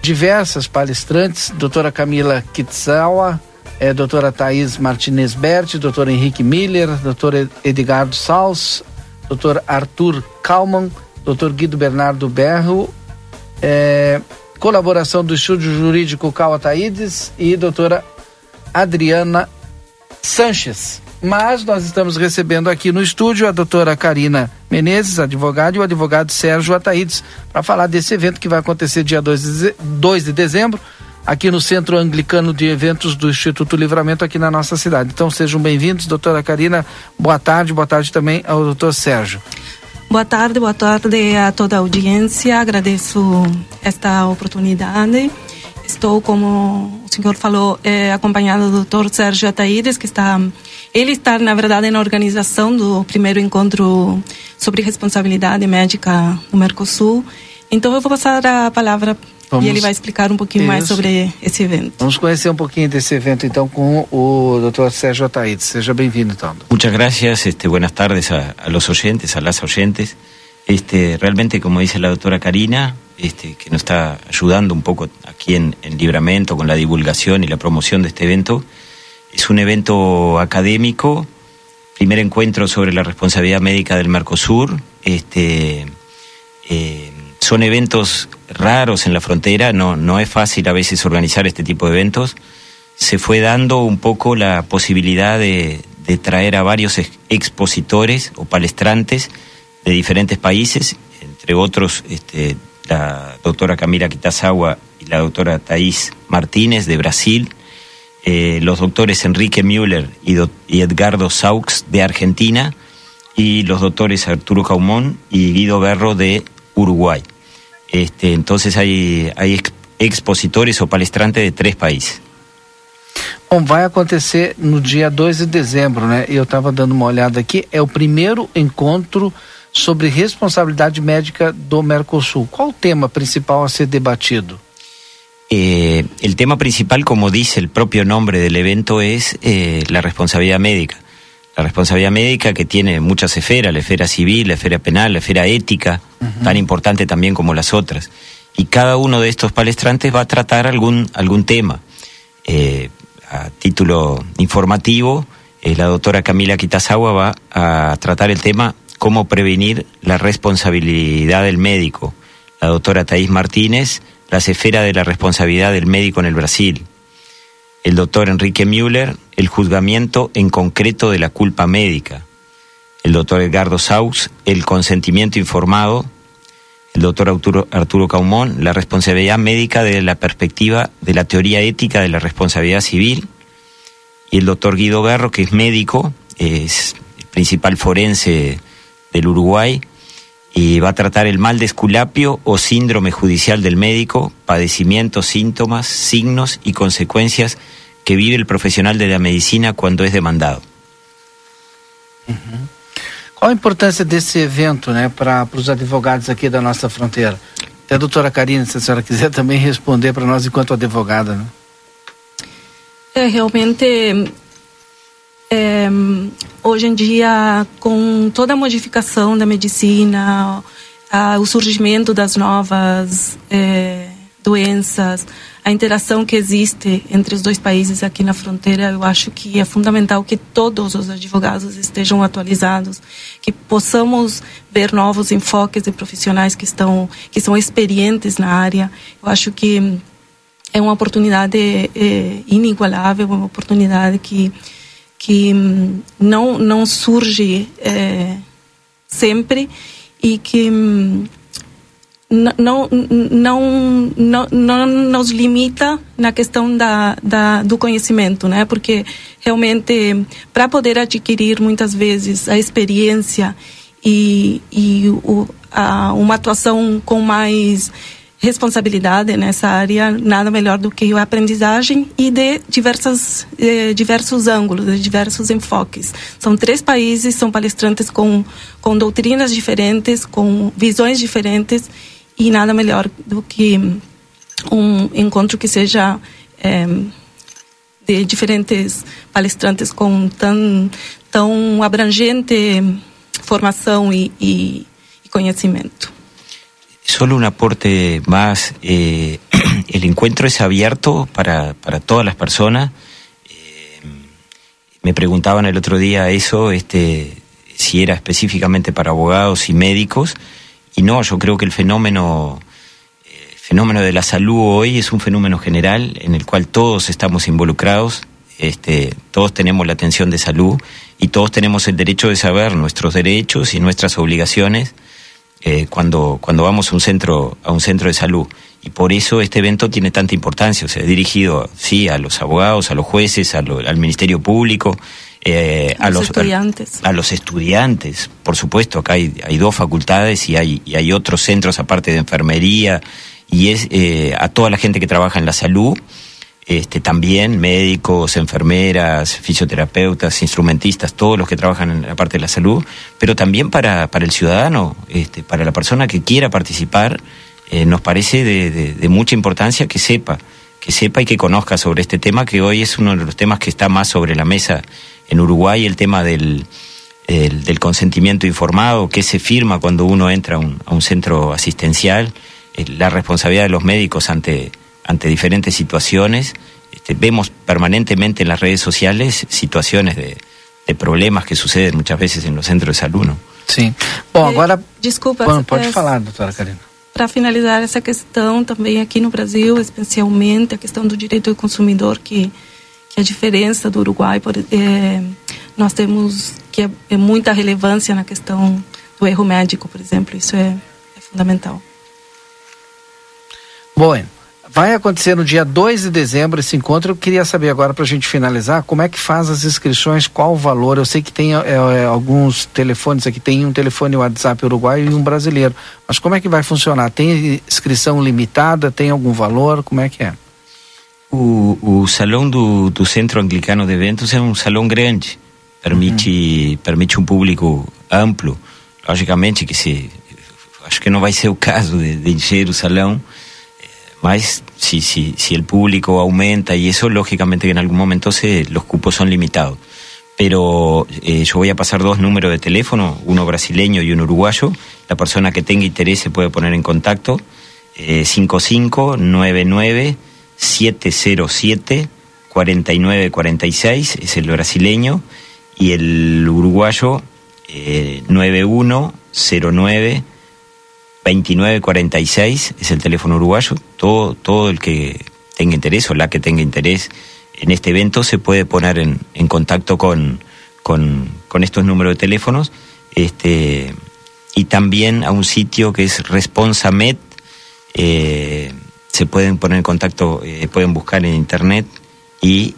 Speaker 2: diversas palestrantes, doutora Camila Kitsawa, doutora Thaís Martinez Berti, doutor Henrique Miller, doutor Edgardo Saus, doutor Arthur Kalman, doutor Guido Bernardo Berro, colaboração do Estúdio Jurídico Cal Ataídes e doutora Adriana Sanches. Mas nós estamos recebendo aqui no estúdio a doutora Karina Menezes, advogada, e o advogado Sérgio Ataídes, para falar desse evento que vai acontecer dia 2 de dezembro, aqui no Centro Anglicano de Eventos do Instituto Livramento, aqui na nossa cidade. Então sejam bem-vindos, doutora Karina, boa tarde também ao doutor Sérgio.
Speaker 20: Boa tarde a toda a audiência, agradeço esta oportunidade. Estou, como o senhor falou, acompanhado do Dr. Sérgio Ataídes, que está na verdade na organização do primeiro encontro sobre responsabilidade médica no Mercosul. Então eu vou passar a palavra e ele vai explicar um pouquinho mais sobre esse evento.
Speaker 2: Vamos conhecer um pouquinho desse evento então com o Dr. Sérgio Ataídes. Seja bem-vindo então.
Speaker 21: Muchas gracias, buenas tardes a los oyentes, a las oyentes. Realmente, como dice la doctora Karina, que nos está ayudando un poco aquí en Livramento con la divulgación y la promoción de este evento. Es un evento académico, primer encuentro sobre la responsabilidad médica del Mercosur. Son eventos raros en la frontera, no es fácil a veces organizar este tipo de eventos. Se fue dando un poco la posibilidad de traer a varios expositores o palestrantes de diferentes países, entre otros la doctora Camila Kitsawa y la doctora Thaís Martínez de Brasil, los doctores Enrique Müller y Edgardo Saus de Argentina, y los doctores Arturo Caumón y Guido Berro de Uruguay. Entonces hay expositores ou palestrantes de 3 países.
Speaker 2: Bom, vai acontecer no dia 2 de dezembro, né? Eu estava dando uma olhada aqui, é o primeiro encontro sobre responsabilidade médica do Mercosul. Qual o tema principal a ser debatido?
Speaker 21: El tema principal, como dice el propio nombre del evento, es la responsabilidad médica. La responsabilidad médica que tiene muchas esferas, la esfera civil, la esfera penal, la esfera ética, tan importante también como las otras. Y cada uno de estos palestrantes va a tratar algún tema. A título informativo, la doctora Camila Kitsawa va a tratar el tema cómo prevenir la responsabilidad del médico. La doctora Thaís Martínez, las esferas de la responsabilidad del médico en el Brasil. El doctor Enrique Müller, el juzgamiento en concreto de la culpa médica. El doctor Edgardo Saus, el consentimiento informado. El doctor Arturo Caumón, la responsabilidad médica de la perspectiva de la teoría ética de la responsabilidad civil. Y el doctor Guido Berro, que es médico, es el principal forense del Uruguay, y va a tratar el mal de Esculapio o síndrome judicial del médico, padecimientos, síntomas, signos y consecuencias que vive el profesional de la medicina cuando es demandado.
Speaker 2: Qual a importância desse evento, né, para os advogados aqui da nossa fronteira? Até a doutora Karina, se a senhora quiser também responder para nós enquanto advogada, né?
Speaker 20: Realmente, hoje em dia, com toda a modificação da medicina, o surgimento das novas doenças, a interação que existe entre os 2 países aqui na fronteira, eu acho que é fundamental que todos os advogados estejam atualizados, que possamos ver novos enfoques de profissionais que são experientes na área. Eu acho que é uma oportunidade inigualável, uma oportunidade que não surge sempre e que não nos limita na questão do conhecimento, né? Porque realmente, para poder adquirir muitas vezes a experiência e uma atuação com mais responsabilidade nessa área, nada melhor do que a aprendizagem e de diversos ângulos, de diversos enfoques. São 3 países, são palestrantes com doutrinas diferentes, com visões diferentes, e nada melhor do que um encontro que seja de diferentes palestrantes com tão abrangente formação e conhecimento.
Speaker 21: Solo un aporte más, el encuentro es abierto para todas las personas. Me preguntaban el otro día eso, si era específicamente para abogados y médicos, y no, yo creo que el fenómeno de la salud hoy es un fenómeno general en el cual todos estamos involucrados, todos tenemos la atención de salud y todos tenemos el derecho de saber nuestros derechos y nuestras obligaciones cuando vamos a un centro de salud. Y por eso este evento tiene tanta importancia, o sea, dirigido sí a los abogados, a los jueces, al Ministerio Público, a los estudiantes, por supuesto. Acá hay 2 facultades y hay otros centros aparte de enfermería, y es a toda la gente que trabaja en la salud, también médicos, enfermeras, fisioterapeutas, instrumentistas, todos los que trabajan en la parte de la salud, pero también para el ciudadano, para la persona que quiera participar. Nos parece de mucha importancia que sepa y que conozca sobre este tema, que hoy es uno de los temas que está más sobre la mesa en Uruguay, el tema del consentimiento informado, que se firma cuando uno entra a un centro asistencial, la responsabilidad de los médicos ante diferentes situaciones. Vemos permanentemente en las redes sociales situaciones de problemas que suceden muchas veces en los centros de salud, ¿no?
Speaker 2: Sim. Bom, agora...
Speaker 20: Desculpa.
Speaker 2: Bom, pode falar, doutora Karina.
Speaker 20: Para finalizar essa questão, também aqui no Brasil, especialmente a questão do direito do consumidor, que a diferença do Uruguai, nós temos que é muita relevância na questão do erro médico, por exemplo, isso é fundamental.
Speaker 2: Bom, vai acontecer no dia 2 de dezembro esse encontro. Eu queria saber agora, para a gente finalizar, como é que faz as inscrições, qual o valor? Eu sei que tem alguns telefones aqui, tem um telefone WhatsApp uruguaio e um brasileiro, mas como é que vai funcionar? Tem inscrição limitada? Tem algum valor? Como é que é?
Speaker 21: O salão do Centro Anglicano de Eventos é um salão grande, permite um público amplo. Logicamente que acho que não vai ser o caso de encher o salão, mas si el público aumenta y eso, lógicamente que en algún momento los cupos son limitados. Pero yo voy a pasar 2 números de teléfono, uno brasileño y uno uruguayo. La persona que tenga interés se puede poner en contacto. 5599-707-4946 es el brasileño, y el uruguayo 9109-2946 es el teléfono uruguayo. Todo el que tenga interés o la que tenga interés en este evento se puede poner en contacto con estos números de teléfonos, y también a un sitio que es Responsamed. Se pueden poner en contacto, pueden buscar en internet y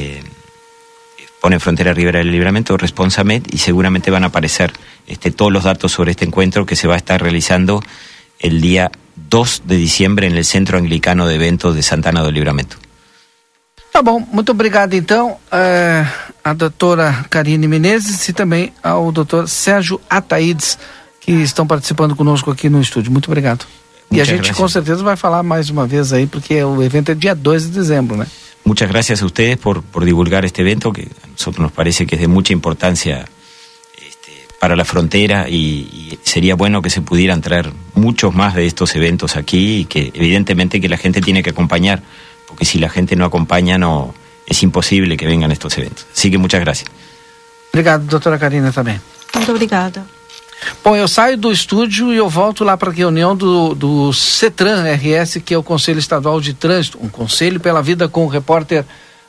Speaker 21: ponen Frontera Ribera del Libramento, Responsamed, y seguramente van a aparecer todos los datos sobre este encuentro que se va a estar realizando el día 2 de diciembre en el Centro Anglicano de Eventos de Santana do Livramento.
Speaker 2: Tá bom, muito obrigado então a doutora Karine Menezes e também ao doutor Sérgio Ataides, que estão participando conosco aqui no estúdio. Muito obrigado. E a gente com certeza vai falar mais uma vez aí, porque o evento é dia 2 de dezembro, né?
Speaker 21: Muchas gracias a ustedes por divulgar este evento, que a nosotros nos parece que es de mucha importancia para la frontera, y sería bueno que se pudieran traer muchos más de estos eventos aquí, y que evidentemente que la gente tiene que acompañar, porque si la gente no acompaña, es imposible que vengan estos eventos. Así que muchas gracias.
Speaker 2: Obrigado, doutora Karina, também.
Speaker 20: Muito obrigada.
Speaker 2: Bom, eu saio do estúdio e eu volto lá para a reunião do CETRAN RS, que é o Conselho Estadual de Trânsito, um conselho pela vida, com o repórter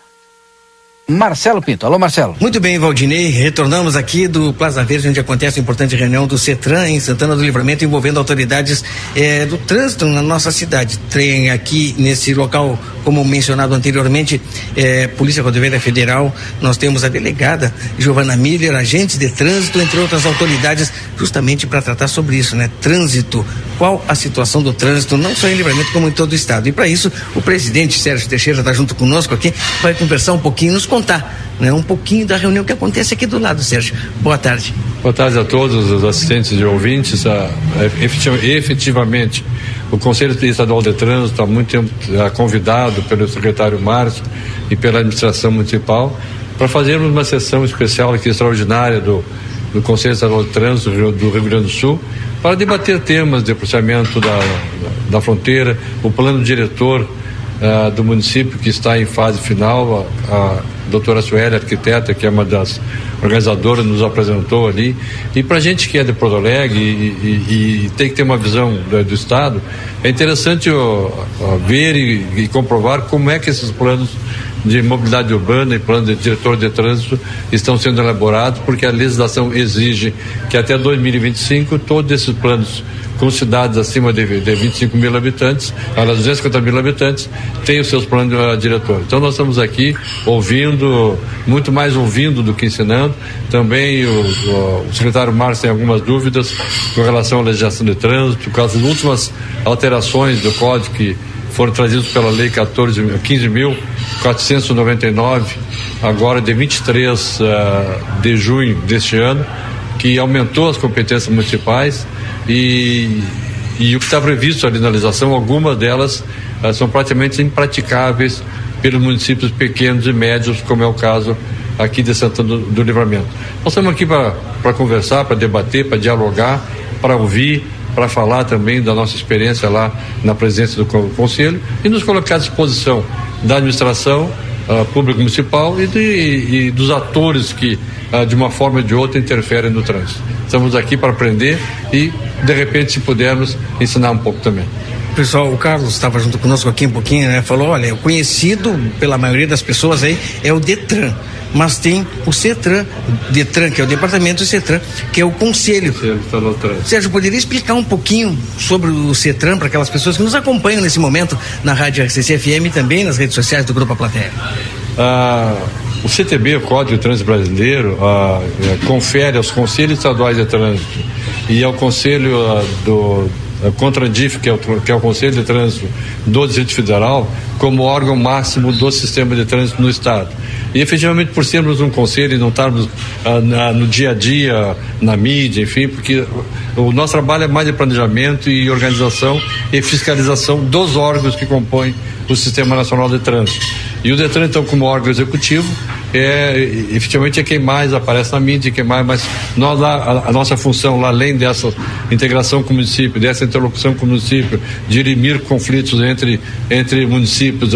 Speaker 2: Marcelo Pinto. Alô, Marcelo.
Speaker 13: Muito bem, Valdinei. Retornamos aqui do Plaza Verde, onde acontece a importante reunião do CETRAN em Santana do Livramento, envolvendo autoridades do trânsito na nossa cidade. Tem aqui nesse local, como mencionado anteriormente, Polícia Rodoviária Federal. Nós temos a delegada Giovana Miller, agentes de trânsito, entre outras autoridades, justamente para tratar sobre isso, né? Trânsito. Qual a situação do trânsito, não só em Livramento, como em todo o estado. E para isso, o presidente Sérgio Teixeira está junto conosco aqui, vai conversar um pouquinho, nos contar, né, um pouquinho da reunião que acontece aqui do lado, Sérgio. Boa tarde.
Speaker 6: Boa tarde a todos os assistentes e ouvintes. Efetivamente, o Conselho Estadual de Trânsito há muito tempo convidado pelo secretário Márcio e pela administração municipal para fazermos uma sessão especial aqui, extraordinária, do Conselho Estadual de Trânsito do Rio Grande do Sul, para debater temas de policiamento da fronteira, o plano diretor do município, que está em fase final. A doutora Sueli, arquiteta, que é uma das organizadoras, nos apresentou ali. E para a gente que é de Porto Alegre e tem que ter uma visão do Estado, é interessante ver e comprovar como é que esses planos de mobilidade urbana e plano de diretor de trânsito estão sendo elaborados, porque a legislação exige que até 2025 todos esses planos com cidades acima de 25 mil habitantes, às 250 mil habitantes, têm os seus planos diretores. Então nós estamos aqui ouvindo, muito mais ouvindo do que ensinando. Também o secretário Márcio tem algumas dúvidas com relação à legislação de trânsito, com as últimas alterações do código que foram trazidos pela lei 15.499, agora de 23 de junho deste ano, que aumentou as competências municipais e o que está previsto ali na legislação, algumas delas são praticamente impraticáveis pelos municípios pequenos e médios, como é o caso aqui de Santana do Livramento. Nós estamos aqui para conversar, para debater, para dialogar, para ouvir, para falar também da nossa experiência lá na presidência do Conselho e nos colocar à disposição da administração pública municipal e dos atores que de uma forma ou de outra interferem no trânsito. Estamos aqui para aprender e, de repente, se pudermos, ensinar um pouco também.
Speaker 13: Pessoal, o Carlos estava junto conosco aqui um pouquinho, né? Falou, olha, o conhecido pela maioria das pessoas aí é o Detran, mas tem o CETRAN, Detran, que é o departamento, e o CETRAN, que é o conselho. Sérgio, poderia explicar um pouquinho sobre o CETRAN para aquelas pessoas que nos acompanham nesse momento na Rádio RCC FM e também nas redes sociais do Grupo A Plateia?
Speaker 6: O CTB, o Código de Trânsito Brasileiro, confere aos conselhos estaduais de trânsito e ao conselho do CONTRANDIF, que é o Conselho de Trânsito do Distrito Federal, como órgão máximo do sistema de trânsito no Estado. E efetivamente, por sermos um conselho e não estarmos no dia a dia, na mídia, enfim, porque o nosso trabalho é mais de planejamento e organização e fiscalização dos órgãos que compõem o Sistema Nacional de Trânsito. E o Detran, então, como órgão executivo, efetivamente é quem mais aparece na mídia, quem mais, mas nós lá, a nossa função lá, além dessa integração com o município, dessa interlocução com o município, dirimir conflitos entre municípios,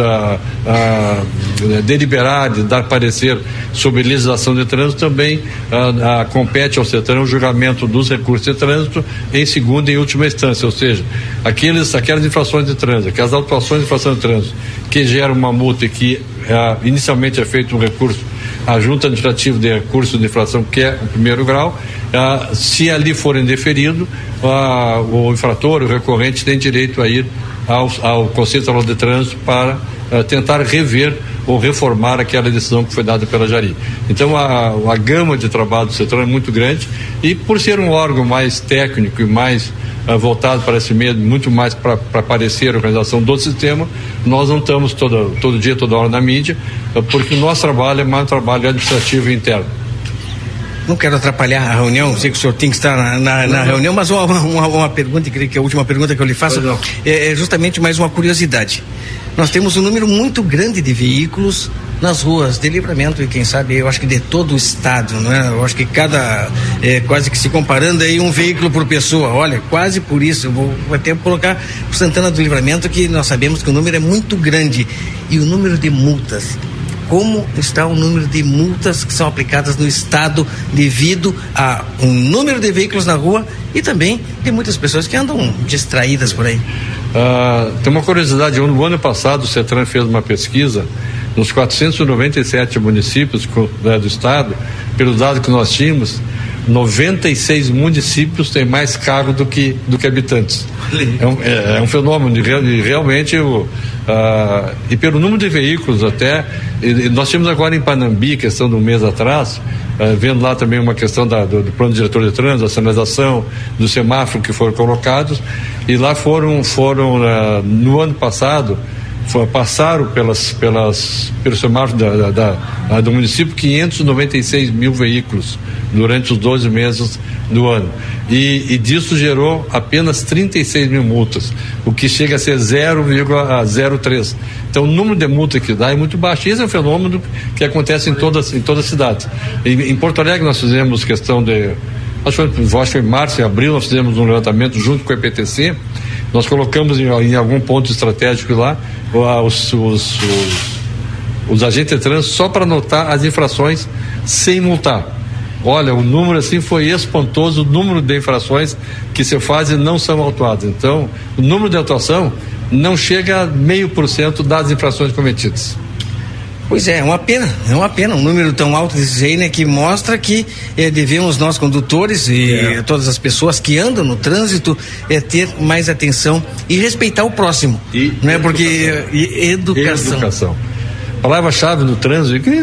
Speaker 6: deliberar, de dar parecer sobre legislação de trânsito, também compete ao CETRAN o julgamento dos recursos de trânsito em segunda e última instância, ou seja, aquelas infrações de trânsito, aquelas autuações de infração de trânsito que geram uma multa e que inicialmente é feito um recurso à Junta Administrativa de Recursos de Infração, que é o primeiro grau, se ali for indeferido, o infrator, o recorrente, tem direito a ir ao Conselho Estadual de Trânsito para tentar rever ou reformar aquela decisão que foi dada pela Jari. Então a gama de trabalho do setor é muito grande e, por ser um órgão mais técnico e mais voltado para esse meio, muito mais para parecer a organização do sistema, nós não estamos todo dia, toda hora na mídia, porque o nosso trabalho é mais um trabalho administrativo e interno.
Speaker 13: Não quero atrapalhar a reunião, sei que o senhor tem que estar na reunião, mas uma pergunta, e creio que a última pergunta que eu lhe faço é justamente mais uma curiosidade. Nós temos um número muito grande de veículos nas ruas de Livramento e, quem sabe, eu acho que de todo o estado, não é? Eu acho que quase que se comparando aí, um veículo por pessoa. Olha, quase por isso, eu vou até colocar o Santana do Livramento, que nós sabemos que o número é muito grande. E o número de multas, como está o número de multas que são aplicadas no estado devido a um número de veículos na rua e também de muitas pessoas que andam distraídas por aí?
Speaker 6: Tem uma curiosidade, no ano passado o CETRAN fez uma pesquisa nos 497 municípios do estado, pelo dado que nós tínhamos, 96 municípios têm mais carro do que habitantes. É um fenômeno, e realmente e pelo número de veículos até, nós tínhamos agora em Panambi, questão de um mês atrás, vendo lá também uma questão do plano diretor de trânsito, da sinalização, do semáforo que foram colocados, e lá foram no ano passado, passaram pelo semáforo do município 596 mil veículos durante os 12 meses do ano. E disso gerou apenas 36 mil multas, o que chega a ser 0,03. Então o número de multas que dá é muito baixo. Esse é um fenômeno que acontece em todas as cidades. Em Porto Alegre nós fizemos questão de, acho que foi em março e abril, nós fizemos um levantamento junto com o EPTC, Nós colocamos em algum ponto estratégico lá os agentes de trânsito só para anotar as infrações sem multar. Olha, o número assim foi espantoso, o número de infrações que se fazem não são autuadas. Então, o número de autuação não chega a 0,5% das infrações cometidas.
Speaker 13: Pois é uma pena um número tão alto desse aí, né, que mostra que devemos nós condutores e todas as pessoas que andam no trânsito ter mais atenção e respeitar o próximo, não é? Porque educação. Palavra-chave no trânsito, que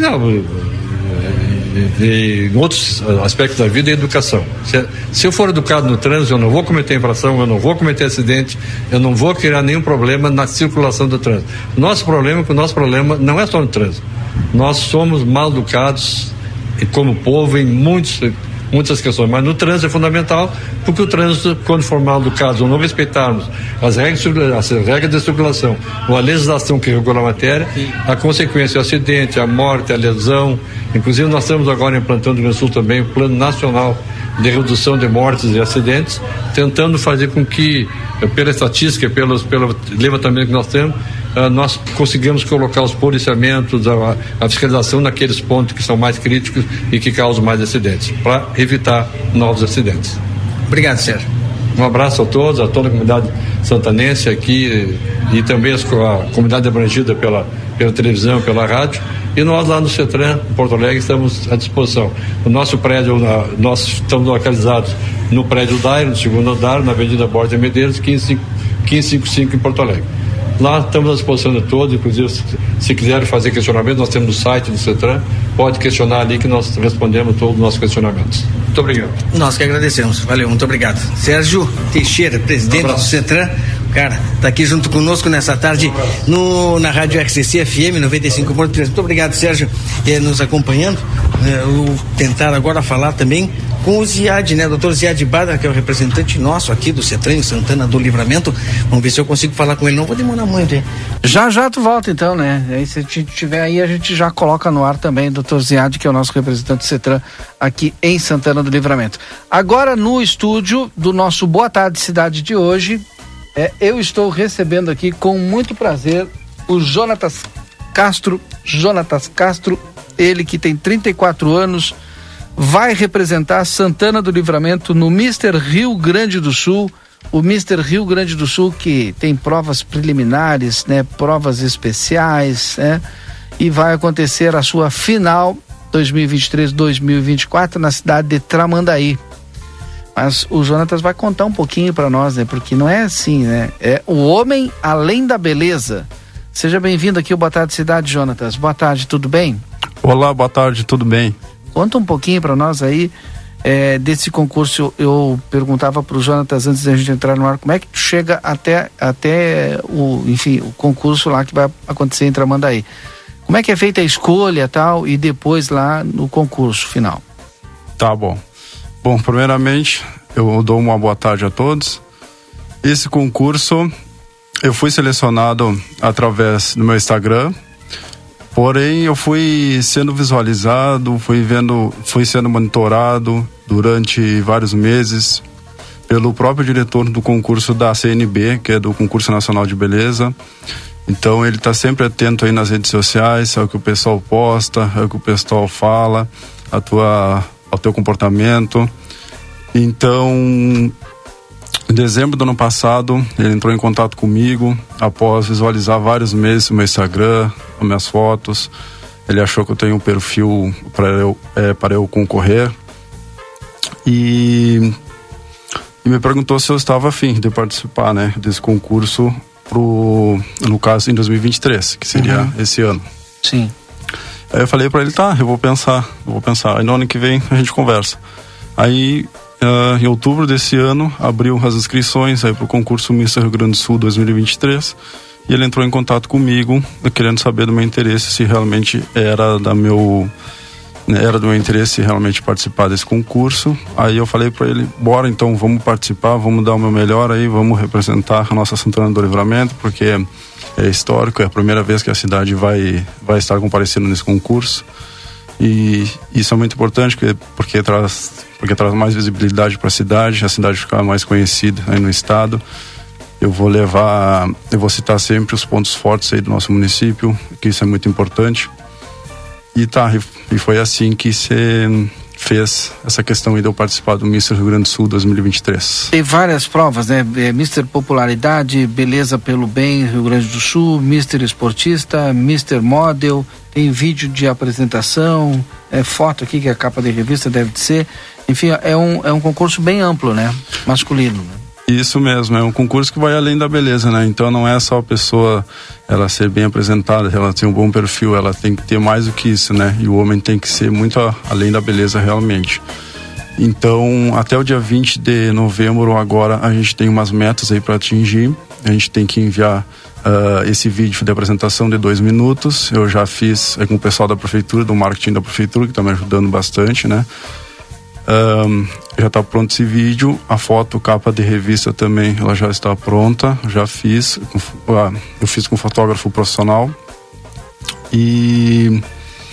Speaker 13: em outros aspectos da vida, é educação. Se eu for educado no trânsito, eu não vou cometer infração, eu não vou cometer acidente, eu não vou criar nenhum problema na circulação do trânsito. O nosso problema não é só no trânsito. Nós somos mal educados como povo em muitas questões, mas no trânsito é fundamental, porque o trânsito, quando for mal educado ou não respeitarmos as regras de circulação ou a legislação que regula a matéria, a consequência é o acidente, a morte, a lesão. Inclusive nós estamos agora implantando no Sul também o Plano Nacional de Redução de Mortes e Acidentes, tentando fazer com que, pela estatística, pelo levantamento que nós temos, nós conseguimos colocar os policiamentos, a fiscalização naqueles pontos que são mais críticos e que causam mais acidentes, para evitar novos acidentes. Obrigado, Sérgio.
Speaker 6: Um abraço a todos, a toda a comunidade santanense aqui e também a comunidade abrangida pela televisão, pela rádio. E nós lá no CETRAN, em Porto Alegre, estamos à disposição. O nosso prédio, nós estamos localizados no prédio Daire, no segundo andar, na Avenida Borges Medeiros, 1555 em Porto Alegre. Lá estamos à disposição de todos, inclusive se quiserem fazer questionamento, nós temos o site do CETRAN, pode questionar ali que nós respondemos todos os nossos questionamentos. Muito obrigado.
Speaker 13: Nós que agradecemos, valeu, muito obrigado. Sérgio Teixeira, presidente do CETRAN, cara, tá aqui junto conosco nessa tarde na Rádio RCC FM 95.3. Muito obrigado, Sérgio, nos acompanhando. Eu tentar agora falar também com o Ziad, né? Doutor Ziad Badra, que é o representante nosso aqui do CETRAN em Santana do Livramento. Vamos ver se eu consigo falar com ele. Não vou demorar muito, hein?
Speaker 2: Já tu volta então, né? Aí se a gente tiver aí, a gente já coloca no ar também, doutor Ziad, que é o nosso representante do CETRAN aqui em Santana do Livramento. Agora no estúdio do nosso Boa Tarde Cidade de hoje, eu estou recebendo aqui com muito prazer o Jonatas Castro, ele que tem 34 anos, vai representar Santana do Livramento no Mr. Rio Grande do Sul, o Mr. Rio Grande do Sul que tem provas preliminares, né, provas especiais, né, e vai acontecer a sua final 2023-2024 na cidade de Tramandaí. Mas o Jonatas vai contar um pouquinho para nós, né, porque não é assim, né, é o homem além da beleza. Seja bem-vindo aqui ao Boa Tarde Cidade, Jonatas. Boa tarde, tudo bem?
Speaker 7: Olá, boa tarde, tudo bem?
Speaker 2: Conta um pouquinho para nós aí desse concurso. Eu perguntava para o Jonatas antes da gente entrar no ar, como é que tu chega até o concurso lá que vai acontecer em Tramandaí. Como é que é feita a escolha tal e depois lá no concurso final?
Speaker 7: Tá bom. Bom, primeiramente eu dou uma boa tarde a todos. Esse concurso eu fui selecionado através do meu Instagram. Porém, eu fui sendo visualizado, fui sendo monitorado durante vários meses pelo próprio diretor do concurso da CNB, que é do Concurso Nacional de Beleza. Então, ele está sempre atento aí nas redes sociais, ao que o pessoal posta, ao que o pessoal fala, ao teu comportamento. Então, em dezembro do ano passado, ele entrou em contato comigo após visualizar vários meses o meu Instagram, as minhas fotos. Ele achou que eu tenho um perfil para eu concorrer e me perguntou se eu estava afim de participar, né, desse concurso no caso em 2023, que seria esse ano.
Speaker 2: Sim.
Speaker 7: Aí eu falei para ele, tá, eu vou pensar. Aí no ano que vem a gente conversa. Aí em outubro desse ano abriu as inscrições aí pro concurso Mr. Rio Grande do Sul 2023 e ele entrou em contato comigo querendo saber do meu interesse, se realmente era do meu interesse realmente participar desse concurso. Aí eu falei para ele, bora então, vamos participar, vamos dar o meu melhor aí, vamos representar a nossa Santana do Livramento, porque é histórico, é a primeira vez que a cidade vai estar comparecendo nesse concurso. E isso é muito importante porque traz mais visibilidade para a cidade ficar mais conhecida aí no estado. eu vou citar sempre os pontos fortes aí do nosso município, que isso é muito importante. E foi assim que se fez essa questão aí de eu participar do Mister Rio Grande do Sul 2023.
Speaker 2: Tem várias provas, né? Mister Popularidade, Beleza pelo Bem, Rio Grande do Sul, Mister Esportista, Mister Model, tem vídeo de apresentação, foto aqui que a capa de revista deve ser. Enfim, é um concurso bem amplo, né? Masculino, né?
Speaker 7: Isso mesmo, é um concurso que vai além da beleza, né? Então não é só a pessoa ela ser bem apresentada, ela ter um bom perfil, ela tem que ter mais do que isso, né? E o homem tem que ser muito além da beleza realmente. Então, até o dia 20 de novembro agora a gente tem umas metas aí para atingir. A gente tem que enviar esse vídeo de apresentação de 2 minutos. Eu já fiz com o pessoal da prefeitura, do marketing da prefeitura, que está me ajudando bastante, né? Já está pronto esse vídeo. A foto, capa de revista também, ela já está pronta. Já fiz, eu fiz com fotógrafo profissional. E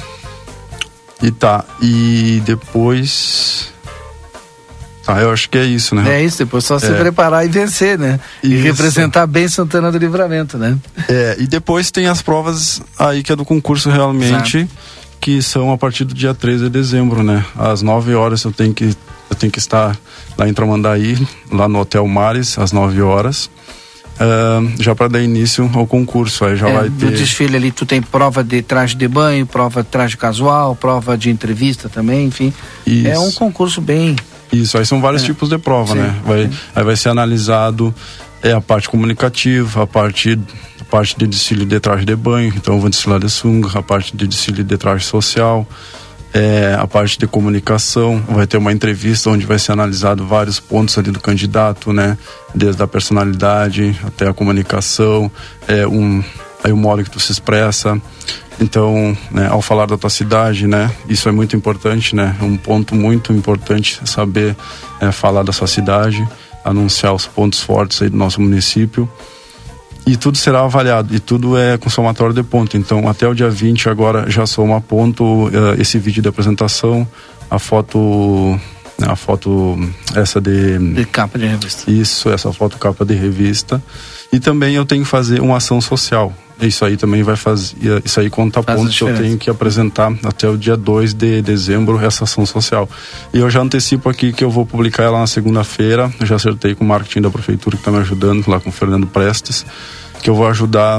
Speaker 7: depois... eu acho que é isso, né?
Speaker 2: É isso, depois só se preparar e vencer, né? Isso. E representar bem Santana do Livramento, né?
Speaker 7: E depois tem as provas aí que é do concurso realmente. Exato. Que são a partir do dia 13 de dezembro, né? Às 9 horas eu tenho que estar lá em Tramandaí, lá no Hotel Mares, às 9 horas, já para dar início ao concurso. Aí já vai ter... No
Speaker 2: desfile ali tu tem prova de traje de banho, prova de traje casual, prova de entrevista também, enfim. Isso. É um concurso bem...
Speaker 7: Isso, aí são vários tipos de prova, né? Aí vai ser analisado a parte comunicativa, a parte de desfile de traje de banho, então eu vou desfilar de sunga, a parte de desfile de traje social, a parte de comunicação, vai ter uma entrevista onde vai ser analisado vários pontos ali do candidato, né? Desde a personalidade até a comunicação, aí o modo que tu se expressa. Então, né, ao falar da tua cidade, né, isso é muito importante, né? Um ponto muito importante saber falar da sua cidade, anunciar os pontos fortes aí do nosso município. E tudo será avaliado, e tudo é com somatório de ponto. Então, até o dia 20 agora já soma ponto esse vídeo de apresentação, a foto essa de
Speaker 2: capa de revista.
Speaker 7: Isso, essa foto capa de revista. E também eu tenho que fazer uma ação social. Isso aí também vai fazer, isso aí conta pontos que eu tenho que apresentar até o dia 2 de dezembro, essa ação social. E eu já antecipo aqui que eu vou publicar ela na segunda-feira. Eu já acertei com o marketing da prefeitura que está me ajudando, lá com o Fernando Prestes, que eu vou ajudar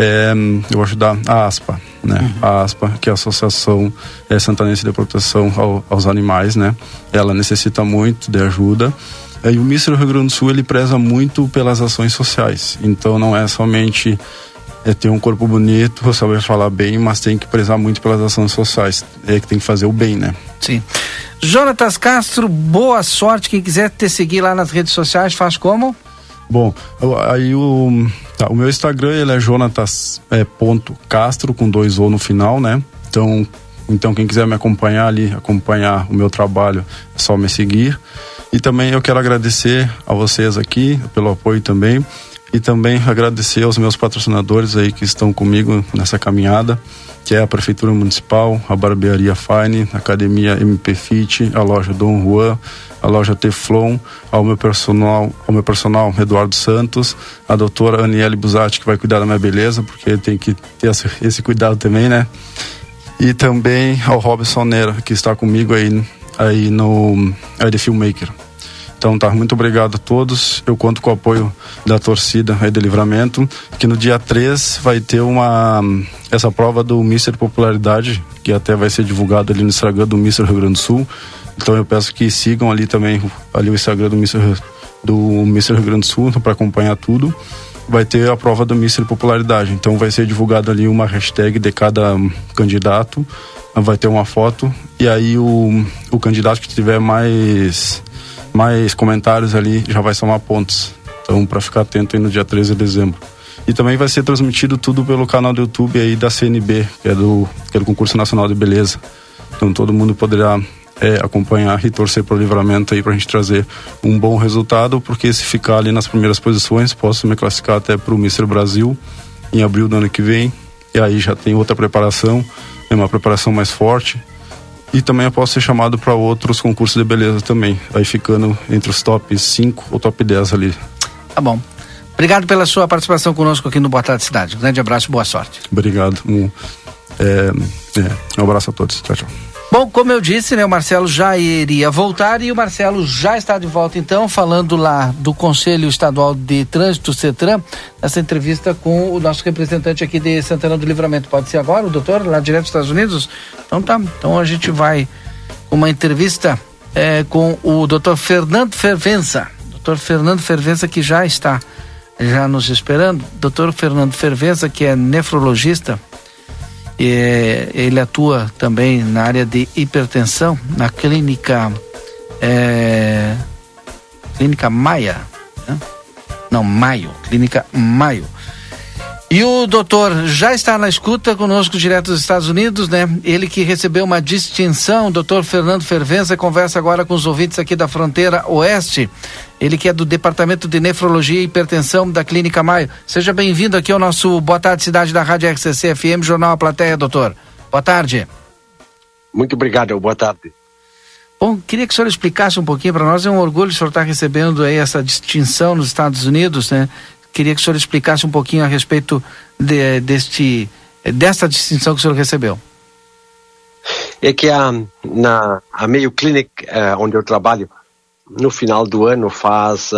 Speaker 7: a ASPA, né? A ASPA, que é a Associação Santanense de Proteção aos Animais, né? Ela necessita muito de ajuda. E o Mister Rio Grande do Sul, ele preza muito pelas ações sociais. Então não é somente ter um corpo bonito, saber falar bem, mas tem que prezar muito pelas ações sociais. Que tem que fazer o bem, né?
Speaker 2: Sim. Jonatas Castro, boa sorte. Quem quiser te seguir lá nas redes sociais, faz como?
Speaker 7: Bom, aí o meu Instagram, ele é jonatas.castro com 2 O no final, né? Então quem quiser me acompanhar ali, acompanhar o meu trabalho, é só me seguir. E também eu quero agradecer a vocês aqui pelo apoio também, e também agradecer aos meus patrocinadores aí que estão comigo nessa caminhada, que é a Prefeitura Municipal, a Barbearia Fine, a Academia MP Fit, a loja Dom Juan, a loja Teflon, ao meu personal Eduardo Santos, a doutora Aniele Busatti, que vai cuidar da minha beleza, porque tem que ter esse cuidado também, né? E também ao Robson Nera, que está comigo aí no The Filmmaker. Então muito obrigado a todos. Eu conto com o apoio da torcida aí de Livramento, que no dia 3 vai ter essa prova do Mister Popularidade, que até vai ser divulgado ali no Instagram do Mister Rio Grande do Sul. Então eu peço que sigam ali também o Instagram do Mister Rio Grande do Sul para acompanhar tudo. Vai ter a prova do Mister Popularidade, então vai ser divulgado ali uma hashtag de cada candidato, vai ter uma foto, e aí o candidato que tiver mais comentários ali já vai somar pontos. Então, para ficar atento aí no dia 13 de dezembro. E também vai ser transmitido tudo pelo canal do YouTube aí da CNB, que é do Concurso Nacional de Beleza. Então todo mundo poderá acompanhar e torcer para o Livramento aí, pra gente trazer um bom resultado, porque se ficar ali nas primeiras posições, posso me classificar até para o Mister Brasil em abril do ano que vem, e aí já tem outra preparação, uma preparação mais forte, e também eu posso ser chamado para outros concursos de beleza também, aí ficando entre os top 5 ou top 10 ali.
Speaker 2: Tá bom. Obrigado pela sua participação conosco aqui no Boa Tarde Cidade. Um grande abraço e boa sorte.
Speaker 7: Obrigado. Um abraço a todos. Tchau, tchau.
Speaker 2: Bom, como eu disse, né, o Marcelo já iria voltar e o Marcelo já está de volta, então, falando lá do Conselho Estadual de Trânsito, CETRAN, nessa entrevista com o nosso representante aqui de Santana do Livramento. Pode ser agora, o doutor, lá direto dos Estados Unidos? Então tá, então a gente vai com uma entrevista com o doutor Fernando Fervenza. Doutor Fernando Fervenza, que já está nos esperando. Doutor Fernando Fervenza, que é nefrologista. Ele atua também na área de hipertensão, na clínica Maia, né? Não, Maio, clínica Maio. E o doutor já está na escuta conosco direto dos Estados Unidos, né? Ele que recebeu uma distinção, o doutor Fernando Fervenza, conversa agora com os ouvintes aqui da Fronteira Oeste. Ele que é do Departamento de Nefrologia e Hipertensão da Clínica Maio. Seja bem-vindo aqui ao nosso Boa Tarde Cidade da Rádio RCC FM, Jornal A Plateia, doutor. Boa tarde.
Speaker 8: Muito obrigado, boa tarde.
Speaker 2: Bom, queria que o senhor explicasse um pouquinho para nós, é um orgulho o senhor estar recebendo aí essa distinção nos Estados Unidos, né? Queria que o senhor explicasse um pouquinho a respeito desta distinção que o senhor recebeu.
Speaker 8: É que a Mayo Clinic, onde eu trabalho, no final do ano faz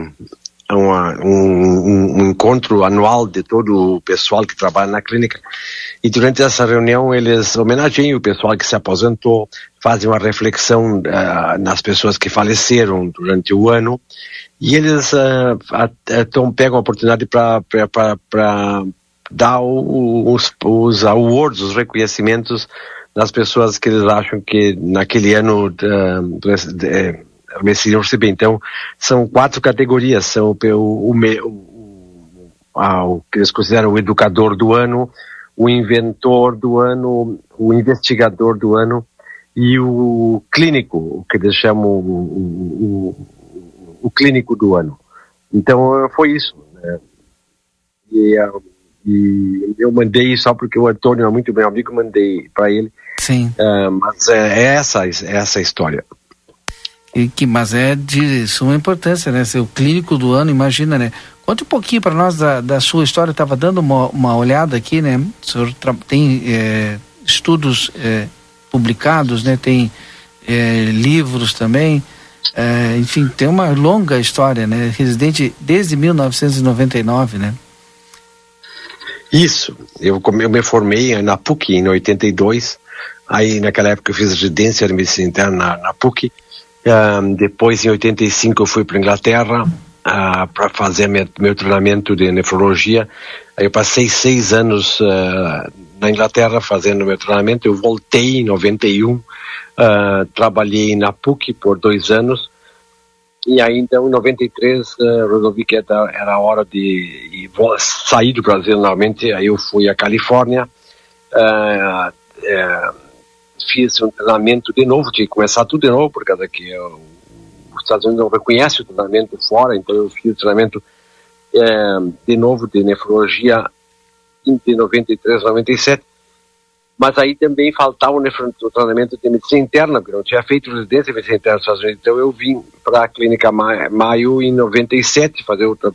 Speaker 8: um encontro anual de todo o pessoal que trabalha na clínica, e durante essa reunião eles homenageiam o pessoal que se aposentou, fazem uma reflexão nas pessoas que faleceram durante o ano, e eles pegam a oportunidade para dar os awards, os reconhecimentos das pessoas que eles acham que naquele ano mereciam receber. Então, são 4 categorias, são o que eles consideram o educador do ano, o inventor do ano, o investigador do ano e o clínico, o que eles chamam o clínico do ano. Então, foi isso, né? E eu mandei, só porque o Antônio é muito meu amigo, mandei para ele.
Speaker 2: Sim.
Speaker 8: Mas é essa a história.
Speaker 2: Mas é de suma importância, né? Ser o clínico do ano, imagina, né? Conta um pouquinho para nós da sua história. Estava dando uma olhada aqui, né? O senhor tem estudos publicados, né? Tem livros também. Enfim, tem uma longa história, né? Residente desde 1999, né?
Speaker 8: Isso. Eu me formei na PUC em 82. Aí, naquela época, eu fiz residência de medicina interna na PUC. Depois, em 85, eu fui para a Inglaterra para fazer meu treinamento de nefrologia. Aí eu passei 6 anos na Inglaterra fazendo meu treinamento. Eu voltei em 91, trabalhei na PUC por 2 anos. E aí, então, em 93, resolvi que era a hora de sair do Brasil novamente. Aí eu fui à Califórnia, fiz um treinamento de novo, tinha que começar tudo de novo, por causa que os Estados Unidos não reconhecem o treinamento fora, então eu fiz o treinamento de novo de nefrologia de 93, 97. Mas aí também faltava o treinamento de medicina interna, porque eu não tinha feito residência de medicina interna nos Estados Unidos. Então eu vim para a Clínica Maio em 97 fazer o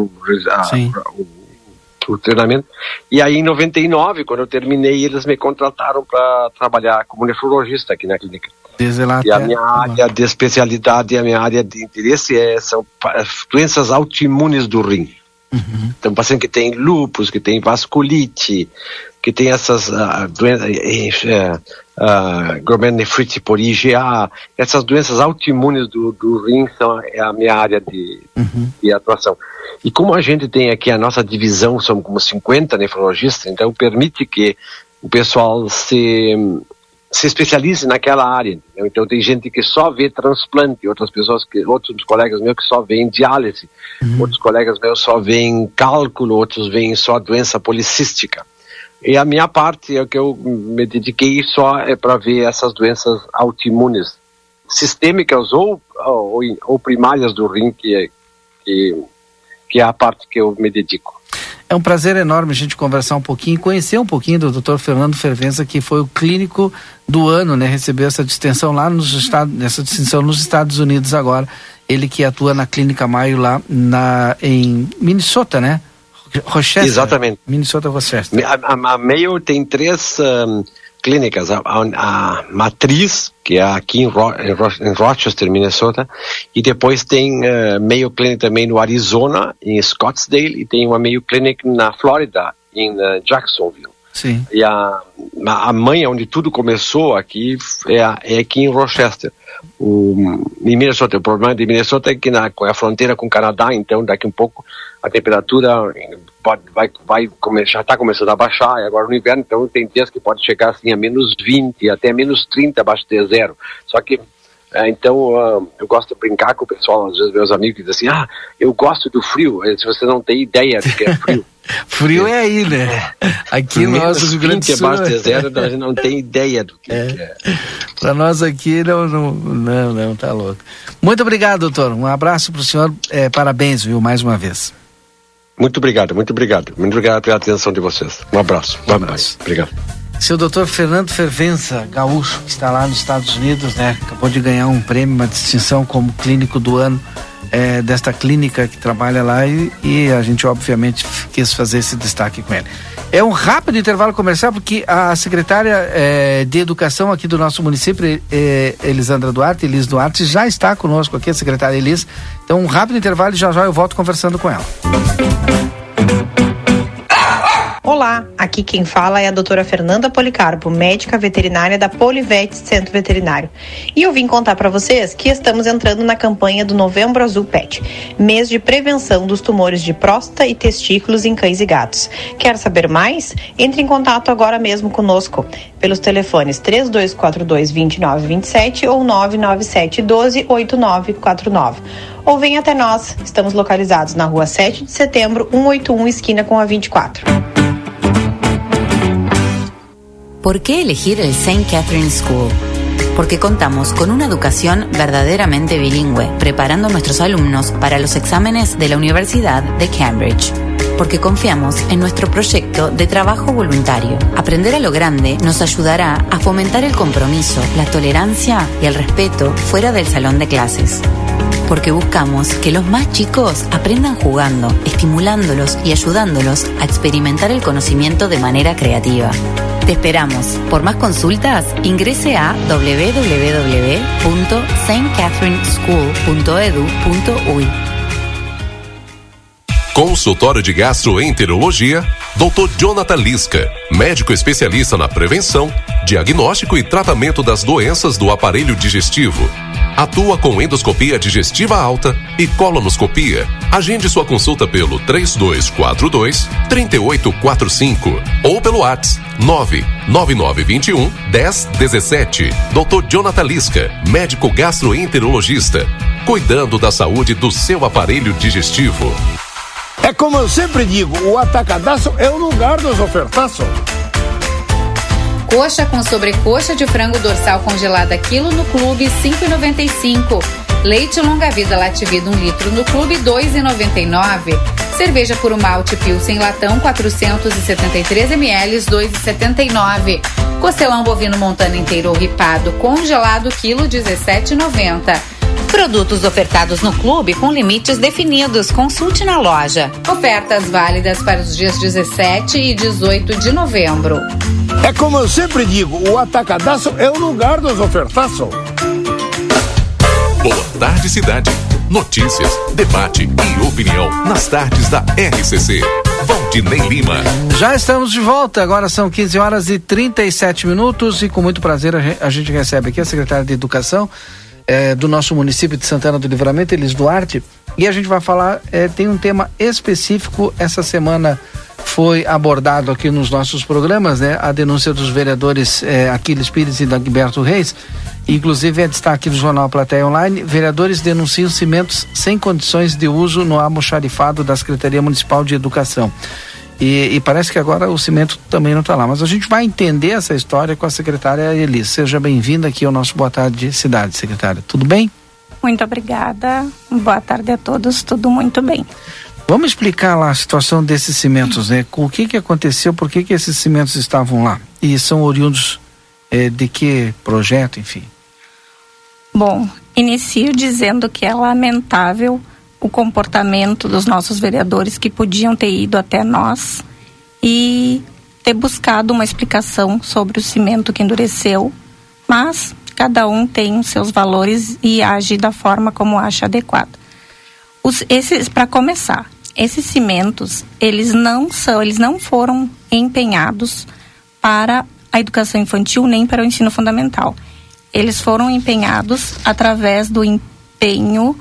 Speaker 8: treinamento. E aí em 99, quando eu terminei, eles me contrataram para trabalhar como nefrologista aqui na clínica. E a minha área de especialidade, a minha área de interesse são doenças autoimunes do rim. Uhum. Então, paciente que tem lúpus, que tem vasculite, que tem essas doenças, glomerulonefrite por IgA, essas doenças autoimunes do rim é a minha área de atuação. E como a gente tem aqui a nossa divisão, somos como 50 nefrologistas, então permite que o pessoal se especialize naquela área. Entendeu? Então tem gente que só vê transplante, outros colegas meus que só veem diálise, outros colegas meus só veem cálculo, outros veem só doença policística. E a minha parte, o que eu me dediquei só é para ver essas doenças autoimunes, sistêmicas ou primárias do rim, que é a parte que eu me dedico.
Speaker 2: É um prazer enorme a gente conversar um pouquinho, conhecer um pouquinho do Dr. Fernando Fervenza, que foi o clínico do ano, né? Recebeu essa distinção lá essa distinção nos Estados Unidos agora. ele que atua na Clínica Mayo lá em Minnesota, né? Rochester.
Speaker 8: Exatamente.
Speaker 2: Minnesota, Rochester.
Speaker 8: A Mayo tem 3 clínicas. A matriz, que é aqui em Rochester, Minnesota, e depois tem Mayo Clinic também no Arizona, em Scottsdale, e tem uma Mayo Clinic na Flórida, em Jacksonville.
Speaker 2: Sim.
Speaker 8: E a mãe, onde tudo começou aqui, é aqui em Rochester. Em Minnesota, o problema de Minnesota é que é a fronteira com o Canadá, então daqui um pouco a temperatura já está começando a baixar, e agora no inverno, então tem dias que pode chegar assim a menos 20, até menos 30 abaixo de zero. Só que então eu gosto de brincar com o pessoal, às vezes meus amigos dizem assim, eu gosto do frio, se você não tem ideia do que é frio.
Speaker 2: Frio é aí, né? Aqui nós, Rio Grande do Sul,
Speaker 8: abaixo de zero, a gente não tem ideia do que é.
Speaker 2: Para nós aqui, não, tá louco. Muito obrigado, doutor. Um abraço para o senhor. Parabéns, viu, mais uma vez.
Speaker 8: Muito obrigado. Muito obrigado pela atenção de vocês. Um abraço. Obrigado.
Speaker 2: Seu doutor Fernando Fervenza, gaúcho, que está lá nos Estados Unidos, né? Acabou de ganhar um prêmio, uma distinção como clínico do ano desta clínica que trabalha lá e a gente obviamente quis fazer esse destaque com ele. É um rápido intervalo comercial porque a secretária de Educação aqui do nosso município, Elis Duarte, já está conosco aqui, a secretária Elis. Então um rápido intervalo e já eu volto conversando com ela.
Speaker 10: Olá, aqui quem fala é a doutora Fernanda Policarpo, médica veterinária da Polivete Centro Veterinário. E eu vim contar para vocês que estamos entrando na campanha do Novembro Azul Pet, mês de prevenção dos tumores de próstata e testículos em cães e gatos. Quer saber mais? Entre em contato agora mesmo conosco, pelos telefones 3242-2927 ou 99712-8949. Ou venha até nós, estamos localizados na rua 7 de setembro, 181, esquina com a 24.
Speaker 22: ¿Por qué elegir el St. Catherine School? Porque contamos con una educación verdaderamente bilingüe, preparando a nuestros alumnos para los exámenes de la Universidad de Cambridge. Porque confiamos en nuestro proyecto de trabajo voluntario. Aprender a lo grande nos ayudará a fomentar el compromiso, la tolerancia y el respeto fuera del salón de clases. Porque buscamos que los más chicos aprendan jugando, estimulándolos y ayudándolos a experimentar el conocimiento de manera creativa. Te esperamos. Por más consultas, ingrese a www.stcatherineschool.edu.uy.
Speaker 1: Consultório de Gastroenterologia, Dr. Jonathan Lisca, médico especialista na prevenção, diagnóstico e tratamento das doenças do aparelho digestivo. Atua com endoscopia digestiva alta e colonoscopia. Agende sua consulta pelo 3242-3845 ou pelo WhatsApp 99921-1017. Dr. Jonathan Lisca, médico gastroenterologista, cuidando da saúde do seu aparelho digestivo.
Speaker 23: É como eu sempre digo, o Atacadaço é o lugar dos ofertaços.
Speaker 24: Coxa com sobrecoxa de frango dorsal congelada quilo no clube, R$5,95. Leite longa-vida Lativida 1 litro no clube, R$2,99. Cerveja puro malte Pilsen latão 473 ml, R$2,79. Costelão bovino montana inteiro ou ripado congelado quilo, R$17,90. Produtos ofertados no clube com limites definidos. Consulte na loja. Ofertas válidas para os dias 17 e 18 de novembro.
Speaker 23: É como eu sempre digo, o Atacadaço é o lugar dos ofertaços.
Speaker 1: Boa tarde, cidade. Notícias, debate e opinião nas tardes da RCC. Valdinei Lima.
Speaker 2: Já estamos de volta, agora são 15h37 e com muito prazer a gente recebe aqui a secretária de Educação do nosso município de Santana do Livramento, Elis Duarte, e a gente vai falar, tem um tema específico. Essa semana foi abordado aqui nos nossos programas, né? A denúncia dos vereadores Aquiles Pires e Dagberto Reis, inclusive é destaque do jornal Plateia Online. Vereadores denunciam cimentos sem condições de uso no almoxarifado da Secretaria Municipal de Educação. E parece que agora o cimento também não está lá, mas a gente vai entender essa história com a secretária Elis. Seja bem-vinda aqui ao nosso Boa Tarde Cidade, secretária. Tudo bem?
Speaker 25: Muito obrigada. Boa tarde a todos, tudo muito bem.
Speaker 2: Vamos explicar lá a situação desses cimentos, né? O que aconteceu, por que esses cimentos estavam lá? E são oriundos de que projeto, enfim?
Speaker 25: Bom, Inicio dizendo que é lamentável o comportamento dos nossos vereadores que podiam ter ido até nós e ter buscado uma explicação sobre o cimento que endureceu, mas cada um tem os seus valores e age da forma como acha adequado. Para começar, esses cimentos, eles não foram empenhados para a educação infantil nem para o ensino fundamental. Eles foram empenhados através do empenho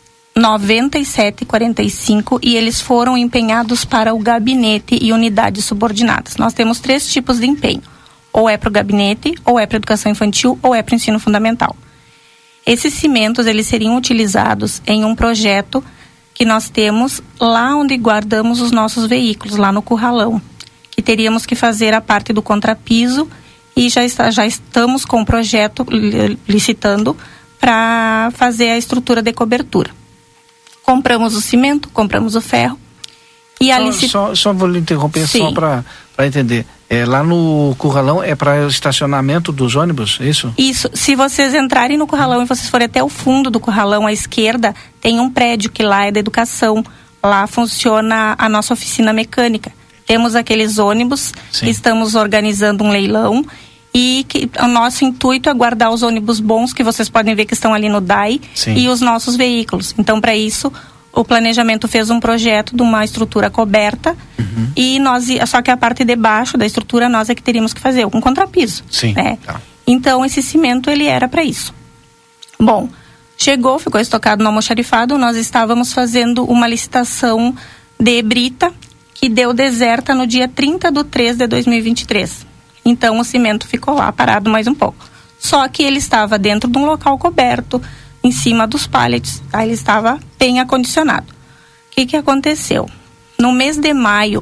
Speaker 25: 9745 e eles foram empenhados para o gabinete e unidades subordinadas. Nós temos 3 tipos de empenho. Ou é para o gabinete, ou é para a educação infantil, ou é para o ensino fundamental. Esses cimentos, eles seriam utilizados em um projeto que nós temos lá onde guardamos os nossos veículos, lá no Curralão, que teríamos que fazer a parte do contrapiso e já estamos com o projeto licitando para fazer a estrutura de cobertura. Compramos o cimento, compramos o ferro e a licitação...
Speaker 2: Só vou lhe interromper. Sim. Só para entender. Lá no Curralão é para estacionamento dos ônibus, é isso?
Speaker 25: Isso. Se vocês entrarem no Curralão e vocês forem até o fundo do Curralão, à esquerda, tem um prédio que lá é da educação. Lá funciona a nossa oficina mecânica. Temos aqueles ônibus, estamos organizando um leilão e o nosso intuito é guardar os ônibus bons, que vocês podem ver que estão ali no DAI, e os nossos veículos. Então, para isso, o planejamento fez um projeto de uma estrutura coberta e só que a parte de baixo da estrutura nós é que teríamos que fazer um contrapiso. Né? Tá. Então, esse cimento, ele era para isso. Bom, ficou estocado no almoxarifado, nós estávamos fazendo uma licitação de brita que deu deserta no dia 30/3/2023. Então, o cimento ficou lá parado mais um pouco. Só que ele estava dentro de um local coberto, em cima dos pallets, tá? Ele estava bem acondicionado. O que aconteceu? No mês de maio,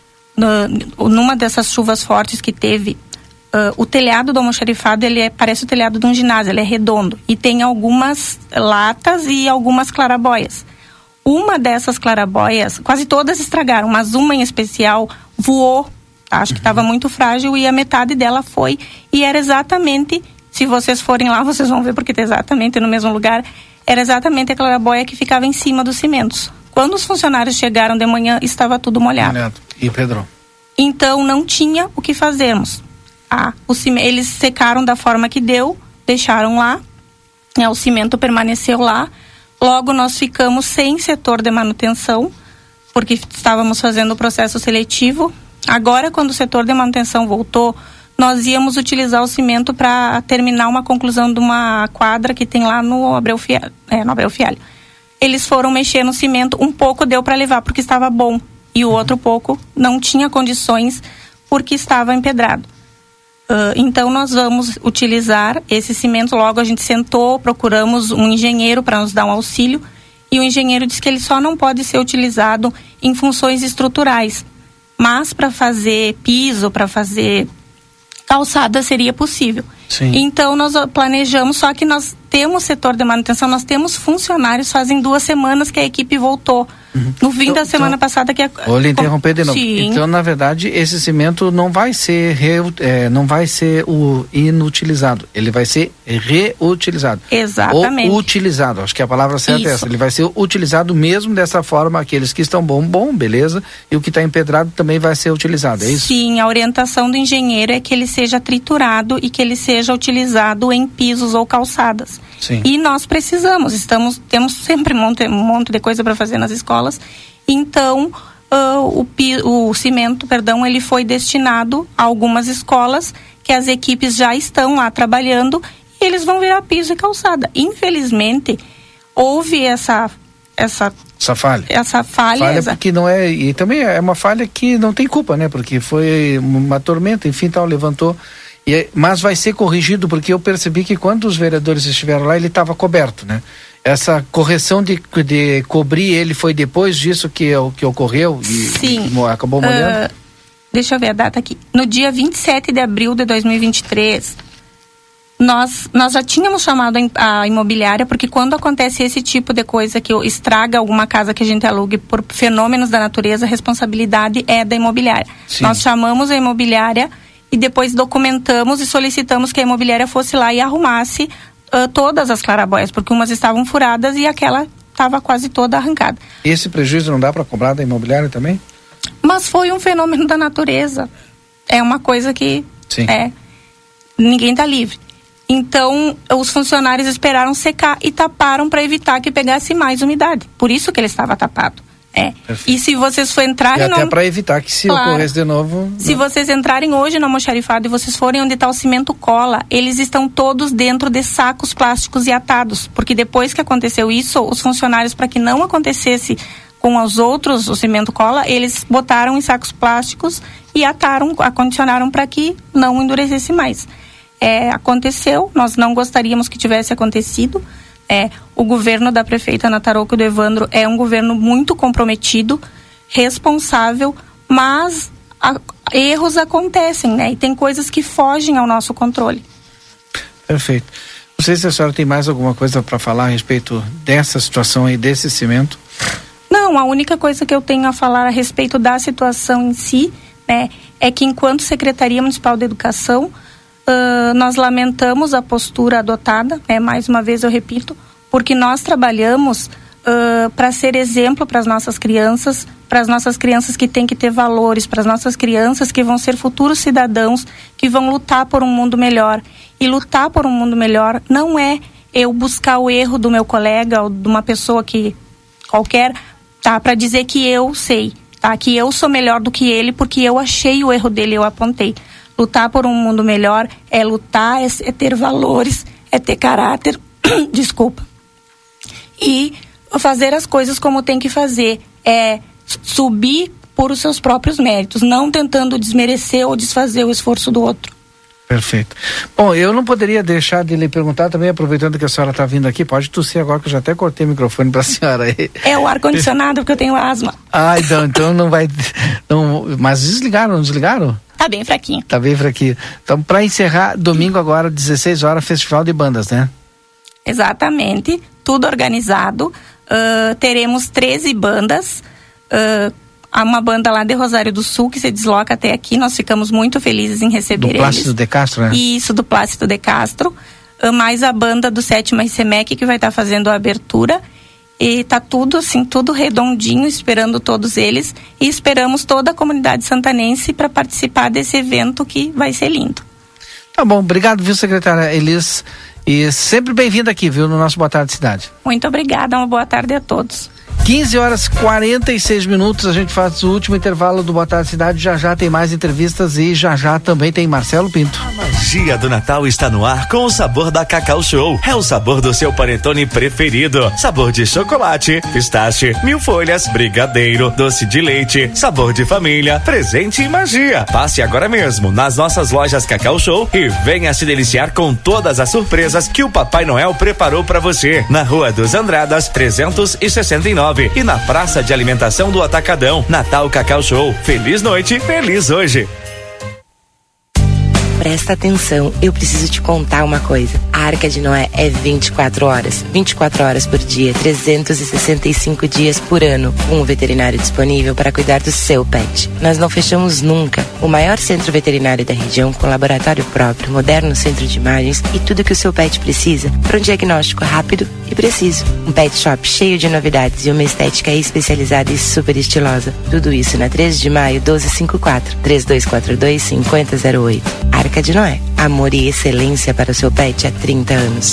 Speaker 25: numa dessas chuvas fortes que teve, o telhado do almoxarifado, parece o telhado de um ginásio, ele é redondo e tem algumas latas e algumas clarabóias. Uma dessas clarabóias, quase todas estragaram, mas uma em especial voou, tá? Acho que estava muito frágil e a metade dela foi, e era exatamente, se vocês forem lá, vocês vão ver porque está exatamente no mesmo lugar, era exatamente a clarabóia que ficava em cima dos cimentos. Quando os funcionários chegaram de manhã, estava tudo molhado.
Speaker 2: E Pedro?
Speaker 25: Então, não tinha o que fazermos. Eles secaram da forma que deu, deixaram lá, o cimento permaneceu lá. Logo, nós ficamos sem setor de manutenção, porque estávamos fazendo o processo seletivo. Agora, quando o setor de manutenção voltou, nós íamos utilizar o cimento para terminar uma conclusão de uma quadra que tem lá no Abreu Fialho. Eles foram mexer no cimento, um pouco deu para levar porque estava bom, e o outro pouco não tinha condições porque estava empedrado. Então, nós vamos utilizar esse cimento. Logo, a gente sentou, procuramos um engenheiro para nos dar um auxílio, e o engenheiro disse que ele só não pode ser utilizado em funções estruturais, mas para fazer piso, para fazer calçada seria possível. Então, nós planejamos, só que nós temos setor de manutenção, nós temos funcionários, fazem 2 semanas que a equipe voltou. No fim da semana passada que...
Speaker 2: Vou lhe interromper de novo. Então, na verdade, esse cimento não vai ser inutilizado, ele vai ser reutilizado.
Speaker 25: Exatamente.
Speaker 2: Ou utilizado, acho que a palavra certa é essa. Ele vai ser utilizado mesmo dessa forma, aqueles que estão bom, beleza, e o que está empedrado também vai ser utilizado, é isso?
Speaker 25: Sim, a orientação do engenheiro é que ele seja triturado e que ele seja utilizado em pisos ou calçadas. E nós precisamos, temos sempre um monte de coisa para fazer nas escolas, então o cimento, ele foi destinado a algumas escolas que as equipes já estão lá trabalhando e eles vão virar piso e calçada. Infelizmente, houve essa
Speaker 2: falha. Falha porque não é, e também é uma falha que não tem culpa, né? Porque foi uma tormenta, enfim, levantou. Mas vai ser corrigido, porque eu percebi que quando os vereadores estiveram lá, ele estava coberto, né? Essa correção de cobrir ele foi depois disso que ocorreu e acabou molhando?
Speaker 25: Deixa eu ver a data aqui. No dia 27 de abril de 2023, nós já tínhamos chamado a imobiliária, porque quando acontece esse tipo de coisa, que estraga alguma casa que a gente alugue por fenômenos da natureza, a responsabilidade é da imobiliária. Nós chamamos a imobiliária e depois documentamos e solicitamos que a imobiliária fosse lá e arrumasse todas as clarabóias, porque umas estavam furadas e aquela estava quase toda arrancada.
Speaker 2: Esse prejuízo não dá para cobrar da imobiliária também?
Speaker 25: Mas foi um fenômeno da natureza. É uma coisa que ninguém está livre. Então, os funcionários esperaram secar e taparam para evitar que pegasse mais umidade. Por isso que ele estava tapado. E se vocês for entrarem...
Speaker 2: E até para evitar que se ocorresse de novo...
Speaker 25: Se vocês entrarem hoje no almoxarifado e vocês forem onde está o cimento cola, eles estão todos dentro de sacos plásticos e atados. Porque depois que aconteceu isso, os funcionários, para que não acontecesse com os outros, o cimento cola, eles botaram em sacos plásticos e ataram, acondicionaram para que não endurecesse mais. Aconteceu, nós não gostaríamos que tivesse acontecido. O governo da prefeita Ana Tarouco e do Evandro é um governo muito comprometido, responsável, mas erros acontecem, né? E tem coisas que fogem ao nosso controle.
Speaker 2: Perfeito. Não sei se a senhora tem mais alguma coisa para falar a respeito dessa situação aí, desse cimento.
Speaker 25: Não, a única coisa que eu tenho a falar a respeito da situação em si, né, é que enquanto Secretaria Municipal de Educação, nós lamentamos a postura adotada, mais uma vez eu repito, porque nós trabalhamos para ser exemplo para as nossas crianças que têm que ter valores, para as nossas crianças que vão ser futuros cidadãos, que vão lutar por um mundo melhor. E lutar por um mundo melhor não é eu buscar o erro do meu colega ou de uma pessoa que qualquer, para dizer que eu sei, que eu sou melhor do que ele porque eu achei o erro dele, eu apontei. Lutar por um mundo melhor é lutar, é ter valores, é ter caráter, desculpa. E fazer as coisas como tem que fazer, é subir por os seus próprios méritos, não tentando desmerecer ou desfazer o esforço do outro.
Speaker 2: Perfeito. Bom, eu não poderia deixar de lhe perguntar também, aproveitando que a senhora está vindo aqui, pode tossir agora que eu já até cortei o microfone para a senhora aí.
Speaker 25: É o ar-condicionado porque eu tenho asma.
Speaker 2: Então não vai... Não, mas desligaram, não desligaram?
Speaker 25: Tá bem fraquinho.
Speaker 2: Tá bem fraquinho. Então, para encerrar, domingo agora, 16 horas, Festival de Bandas, né?
Speaker 25: Exatamente. Tudo organizado. Teremos 13 bandas. Há uma banda lá de Rosário do Sul que se desloca até aqui. Nós ficamos muito felizes em receber eles.
Speaker 2: Do Plácido de Castro, né?
Speaker 25: Isso, do Plácido de Castro. Mais a banda do 7ª ICMEC que vai estar fazendo a abertura. E tá tudo assim, tudo redondinho, esperando todos eles. E esperamos toda a comunidade santanense para participar desse evento que vai ser lindo.
Speaker 2: Tá bom, obrigado, viu, secretária Elis? E sempre bem-vinda aqui, viu, no nosso Boa Tarde Cidade.
Speaker 25: Muito obrigada, uma boa tarde a todos.
Speaker 2: 15 horas 46 minutos, a gente faz o último intervalo do Boa Tarde Cidade, já tem mais entrevistas e já também tem Marcelo Pinto.
Speaker 3: A magia do Natal está no ar com o sabor da Cacau Show. É o sabor do seu panetone preferido. Sabor de chocolate, pistache, 1000 folhas, brigadeiro, doce de leite, sabor de família, presente e magia. Passe agora mesmo nas nossas lojas Cacau Show e venha se deliciar com todas as surpresas que o Papai Noel preparou para você. Na Rua dos Andradas, 369 e na Praça de Alimentação do Atacadão. Natal Cacau Show. Feliz noite, feliz hoje.
Speaker 9: Presta atenção, eu preciso te contar uma coisa. A Arca de Noé é 24 horas. 24 horas por dia, 365 dias por ano. Um veterinário disponível para cuidar do seu pet. Nós não fechamos nunca. O maior centro veterinário da região, com laboratório próprio, moderno centro de imagens e tudo que o seu pet precisa para um diagnóstico rápido e preciso. Um pet shop cheio de novidades e uma estética especializada e super estilosa. Tudo isso na 3 de maio, 1254, 3242-5008. Arca de Noé. Amor e excelência para o seu pet há 30 anos.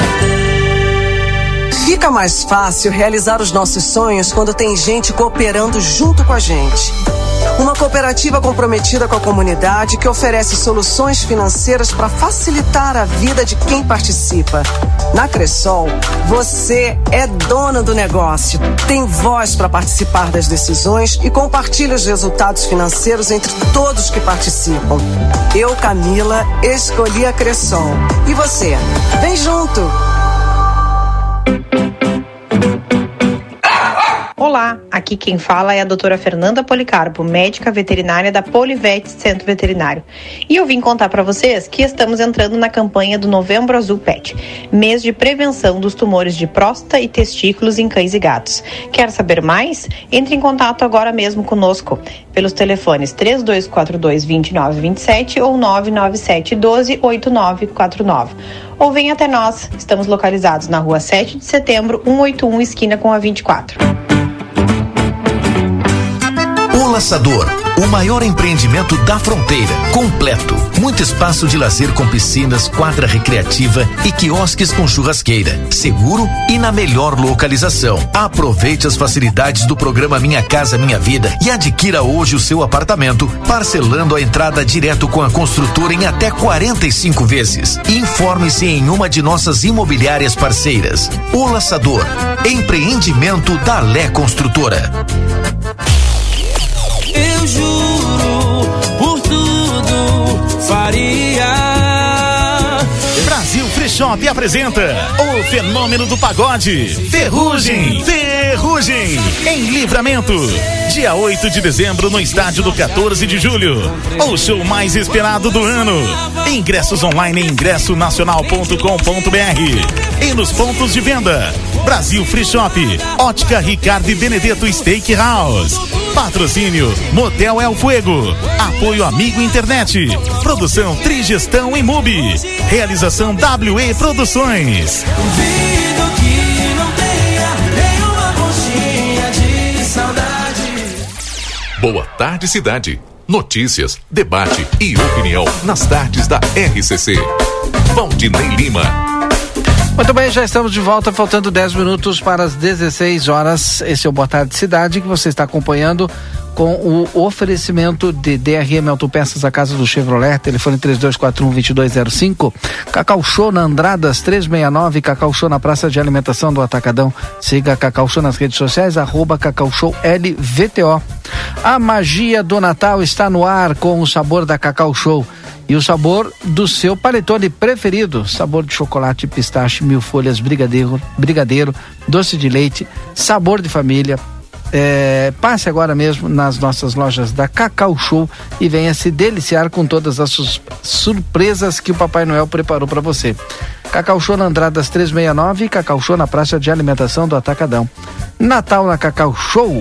Speaker 12: Fica mais fácil realizar os nossos sonhos quando tem gente cooperando junto com a gente. Uma cooperativa comprometida com a comunidade que oferece soluções financeiras para facilitar a vida de quem participa. Na Cressol, você é dono do negócio, tem voz para participar das decisões e compartilha os resultados financeiros entre todos que participam. Eu, Camila, escolhi a Cressol. E você? Vem junto!
Speaker 14: Olá!
Speaker 10: Olá, aqui quem fala é a doutora Fernanda Policarpo, médica veterinária da Polivete Centro Veterinário. E eu vim contar para vocês que estamos entrando na campanha do Novembro Azul Pet, mês de prevenção dos tumores de próstata e testículos em cães e gatos. Quer saber mais? Entre em contato agora mesmo conosco, pelos telefones 3242-2927 ou 99712-8949. Ou venha até nós, estamos localizados na rua 7 de setembro, 181, esquina com a 24.
Speaker 4: O Laçador, o maior empreendimento da fronteira, completo. Muito espaço de lazer com piscinas, quadra recreativa e quiosques com churrasqueira. Seguro e na melhor localização. Aproveite as facilidades do programa Minha Casa Minha Vida e adquira hoje o seu apartamento, parcelando a entrada direto com a construtora em até 45 vezes. Informe-se em uma de nossas imobiliárias parceiras. O Laçador, empreendimento da Lé Construtora.
Speaker 11: Eu juro, por tudo faria.
Speaker 5: Brasil Free Shop apresenta o fenômeno do pagode, Ferrugem. Ferrugem, em Livramento, dia 8 de dezembro no estádio do 14 de julho. O show mais esperado do ano. Ingressos online em ingressonacional.com.br e nos pontos de venda. Brasil Free Shop, Ótica Ricardo e Benedetto Steakhouse. Patrocínio Motel El Fuego. Apoio Amigo Internet. Produção Trigestão e Mubi. Realização WE Produções.
Speaker 11: Duvido que não tenha nenhuma conchinha de saudade.
Speaker 1: Boa tarde, cidade. Notícias, debate e opinião nas tardes da RCC. Valdinei Lima.
Speaker 2: Muito bem, já estamos de volta, faltando 10 minutos para as 16 horas. Esse é o Boa Tarde Cidade, que você está acompanhando com o oferecimento de DRM Autopeças, a casa do Chevrolet, telefone 3241-2205, Cacau Show na Andradas 369, Cacau Show na Praça de Alimentação do Atacadão. Siga a Cacau Show nas redes sociais, @Cacau Show LVTO. A magia do Natal está no ar com o sabor da Cacau Show. E o sabor do seu panetone preferido, sabor de chocolate, pistache, mil folhas, brigadeiro, doce de leite, sabor de família. Passe agora mesmo nas nossas lojas da Cacau Show e venha se deliciar com todas as surpresas que o Papai Noel preparou para você. Cacau Show na Andradas 369 e Cacau Show na Praça de Alimentação do Atacadão. Natal na Cacau Show.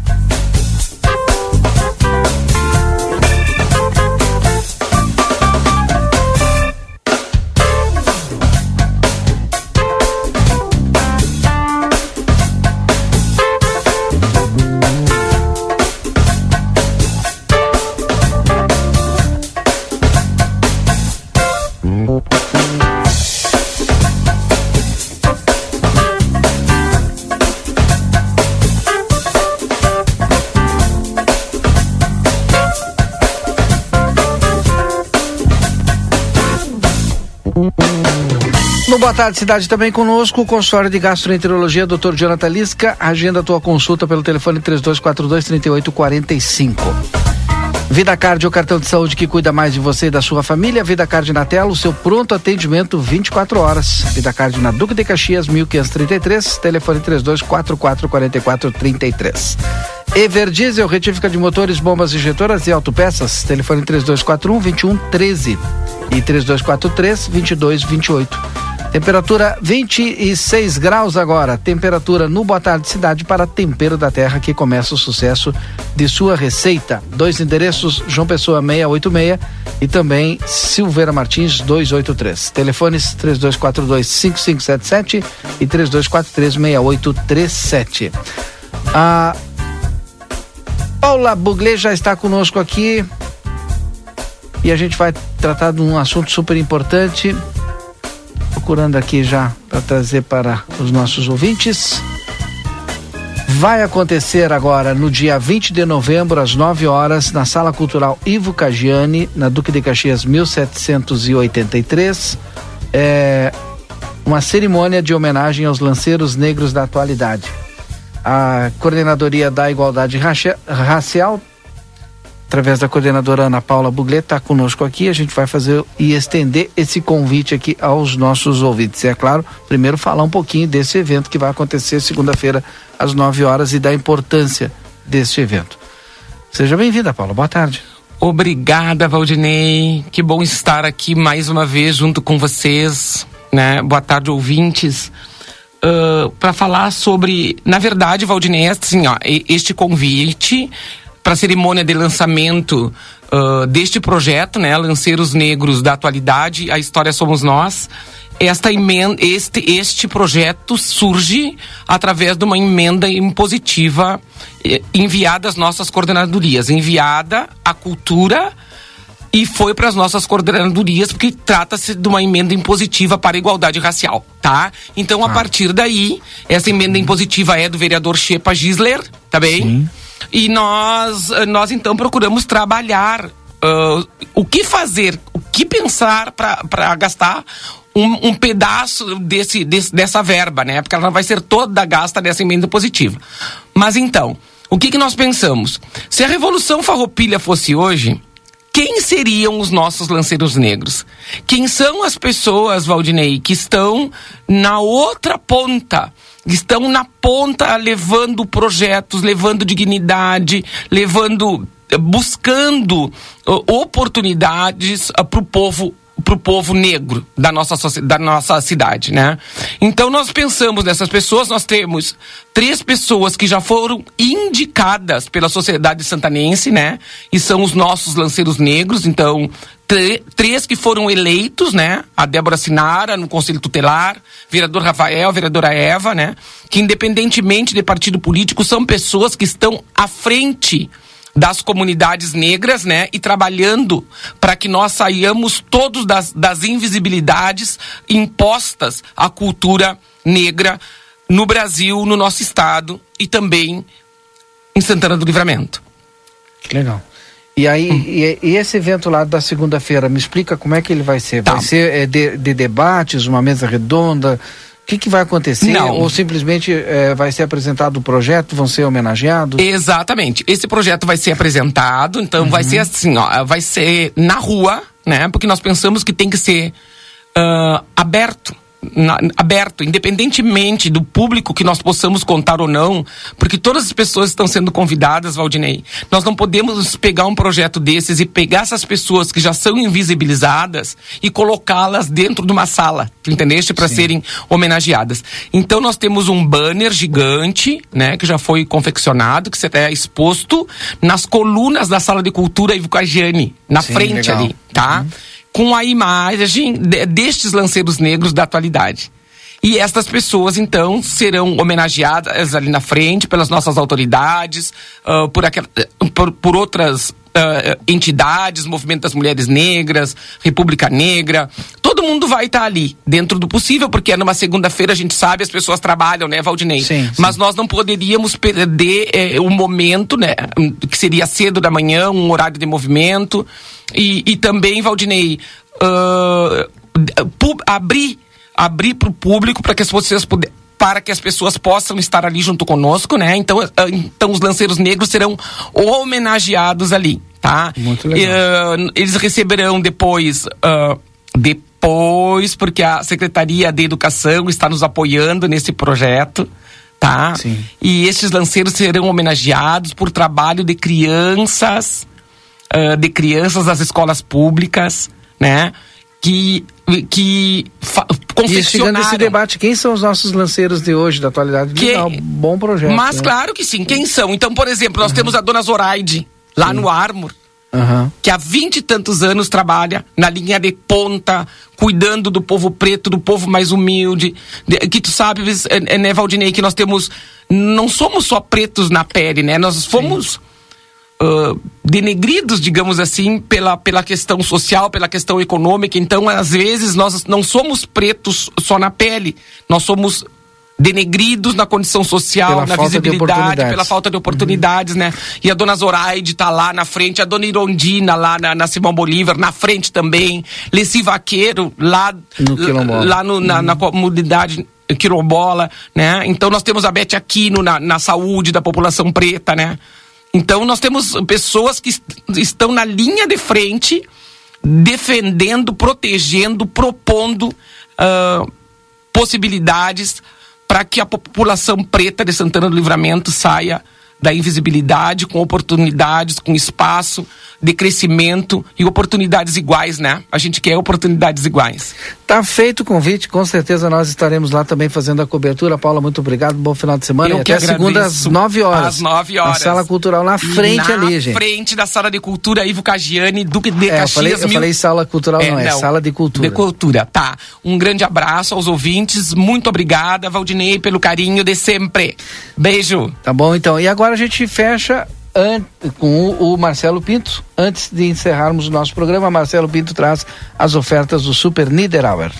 Speaker 2: No Boa Tarde Cidade também conosco, o consultório de gastroenterologia, Dr. Jonathan Lisca. Agenda a tua consulta pelo telefone 3242-3845. Vida Card, o cartão de saúde que cuida mais de você e da sua família. Vida Card na tela, o seu pronto atendimento 24 horas. Vida Card na Duque de Caxias, 1533, telefone 3244-4433. Everdiesel, retífica de motores, bombas injetoras e autopeças, telefone 3241-2113 e 3243-2228. Temperatura 26 graus agora, temperatura no Boa Tarde Cidade para Tempero da Terra, que começa o sucesso de sua receita. 2 endereços, João Pessoa 686 e também Silveira Martins 283. Telefones 3242-5577 e 3243-6837. A Paula Buglé já está conosco aqui e a gente vai tratar de um assunto super importante. Procurando aqui já para trazer para os nossos ouvintes. Vai acontecer agora no dia 20 de novembro, às 9 horas, na Sala Cultural Ivo Caggiani, na Duque de Caxias 1783, uma cerimônia de homenagem aos lanceiros negros da atualidade. A Coordenadoria da Igualdade Racial através da coordenadora Ana Paula Buglet, está conosco aqui. A gente vai fazer e estender esse convite aqui aos nossos ouvintes. É claro, primeiro falar um pouquinho desse evento que vai acontecer segunda-feira às 9 horas e da importância deste evento. Seja bem-vinda, Paula. Boa tarde.
Speaker 14: Obrigada, Valdinei. Que bom estar aqui mais uma vez junto com vocês, né? Boa tarde, ouvintes. Para falar sobre, na verdade, Valdinei, assim, ó, este convite para a cerimônia de lançamento deste projeto, né, Lanceiros Negros da Atualidade, a História Somos Nós. Este projeto surge através de uma emenda impositiva enviada às nossas coordenadorias, enviada à Cultura e foi para as nossas coordenadorias, porque trata-se de uma emenda impositiva para a igualdade racial, tá? Então, a partir daí, essa emenda impositiva é do vereador Shepa Gisler, tá bem? Sim. E nós então procuramos trabalhar o que fazer, o que pensar para gastar um pedaço dessa verba, né? Porque ela não vai ser toda gasta dessa emenda positiva. Mas então, o que nós pensamos? Se a Revolução Farroupilha fosse hoje, quem seriam os nossos lanceiros negros? Quem são as pessoas, Valdinei, que estão na outra ponta? Estão na ponta levando projetos, levando dignidade, buscando oportunidades para o povo negro da nossa cidade, né? Então nós pensamos nessas pessoas. Nós temos 3 pessoas que já foram indicadas pela sociedade santanense, né? E são os nossos lanceiros negros. Então 3 que foram eleitos, né? A Débora Sinara no Conselho Tutelar, vereador Rafael, vereadora Eva, né? Que independentemente de partido político são pessoas que estão à frente das comunidades negras, né? E trabalhando para que nós saiamos todos das invisibilidades impostas à cultura negra no Brasil, no nosso estado e também em Santana do Livramento.
Speaker 2: Que legal. E aí, e esse evento lá da segunda-feira, me explica como é que ele vai ser? Vai ser de debates, uma mesa redonda? O que vai acontecer? Não. Ou simplesmente vai ser apresentado o projeto, vão ser homenageados?
Speaker 14: Exatamente. Esse projeto vai ser apresentado, então vai ser assim, ó, vai ser na rua, né? Porque nós pensamos que tem que ser aberto, independentemente do público que nós possamos contar ou não, porque todas as pessoas estão sendo convidadas, Valdinei. Nós não podemos pegar um projeto desses e pegar essas pessoas que já são invisibilizadas e colocá-las dentro de uma sala, tu entendeste? Para serem homenageadas. Então nós temos um banner gigante, né, que já foi confeccionado, que será exposto nas colunas da Sala de Cultura Ivo Cagiani, na frente legal. Ali, tá? Com a imagem destes lanceiros negros da atualidade. E estas pessoas, então, serão homenageadas ali na frente pelas nossas autoridades, por outras entidades, Movimento das Mulheres Negras, República Negra. Todo mundo vai estar ali, dentro do possível, porque numa segunda-feira, a gente sabe, as pessoas trabalham, né, Valdinei? Sim. Mas nós não poderíamos perder o momento, né, que seria cedo da manhã, um horário de movimento. E também, Valdinei, abrir para o público para que as pessoas possam estar ali junto conosco, né? Então os lanceiros negros serão homenageados ali, tá? Muito legal. Eles receberão depois, porque a Secretaria de Educação está nos apoiando nesse projeto, tá? Sim. E esses lanceiros serão homenageados por trabalho de crianças das escolas públicas, né? Que confeccionaram. E chegando esse debate, quem são os nossos lanceiros de hoje, da atualidade? Bom projeto. Mas né? Claro que sim, quem são? Então, por exemplo, nós temos a dona Zoraide, lá no Armor, que há 20 e tantos anos trabalha na linha de ponta, cuidando do povo preto, do povo mais humilde, que tu sabes, né, Valdinei, que nós temos, não somos só pretos na pele, né? Nós fomos denegridos, digamos assim, pela questão social, pela questão econômica. Então, às vezes, nós não somos pretos só na pele, nós somos denegridos na condição social, na visibilidade, pela falta de oportunidades, né? E a dona Zoraide tá lá na frente, a dona Irondina lá na Simão Bolívar, na frente também, Leci Vaqueiro lá na comunidade quilombola, né? Então nós temos a Bete Aquino na saúde da população preta, né? Então nós temos pessoas que estão na linha de frente, defendendo, protegendo, propondo possibilidades para que a população preta de Santana do Livramento saia da invisibilidade, com oportunidades, com espaço de crescimento e oportunidades iguais, né? A gente quer oportunidades iguais.
Speaker 2: Tá feito o convite, com certeza nós estaremos lá também fazendo a cobertura. Paula, muito obrigado, bom final de semana.
Speaker 14: Eu
Speaker 2: e até segunda às 9 horas.
Speaker 14: Às 9 horas.
Speaker 2: Na Sala Cultural, na frente ali, gente.
Speaker 14: Na frente da Sala de Cultura, Ivo Cagiani, Duque de Caxias.
Speaker 2: Eu falei Sala Cultural, não, Sala de Cultura.
Speaker 14: De Cultura, tá. Um grande abraço aos ouvintes, muito obrigada, Valdinei, pelo carinho de sempre. Beijo.
Speaker 2: Tá bom, então. E agora a gente fecha com o Marcelo Pinto. Antes de encerrarmos o nosso programa, Marcelo Pinto traz as ofertas do Super Niederauer.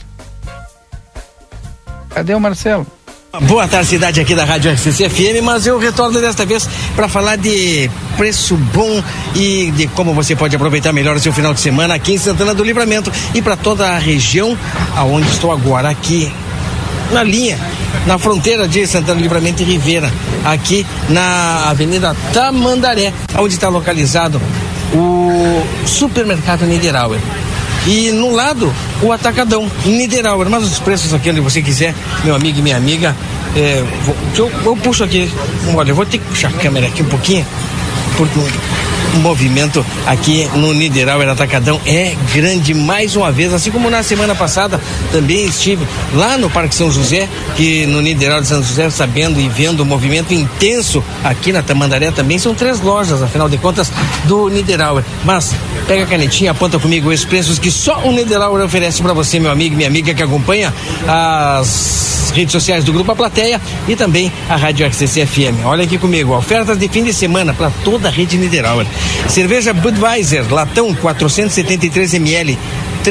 Speaker 2: Cadê o Marcelo?
Speaker 13: Boa tarde, cidade aqui da Rádio RCC FM, mas eu retorno desta vez para falar de preço bom e de como você pode aproveitar melhor o seu final de semana aqui em Santana do Livramento e para toda a região aonde estou agora, aqui na linha, na fronteira de Santana do Livramento e Rivera, aqui na Avenida Tamandaré, onde está localizado o Supermercado Niederauer. E no lado, o Atacadão Niederauer. Mas os preços aqui onde você quiser, meu amigo e minha amiga, eu puxo aqui, olha, eu vou ter que puxar a câmera aqui um pouquinho, porque o movimento aqui no Niederauer Atacadão é grande mais uma vez, assim como na semana passada também estive lá no Parque São José, que no Niederauer de São José, sabendo e vendo o movimento intenso aqui na Tamandaré também. São 3 lojas, afinal de contas, do Niederauer. Mas pega a canetinha, aponta comigo os preços que só o Niederauer oferece para você, meu amigo e minha amiga que acompanha as redes sociais do Grupo A Plateia e também a Rádio RCC FM. Olha aqui comigo, ofertas de fim de semana para toda a rede Niederauer. Cerveja Budweiser, latão 473 ml,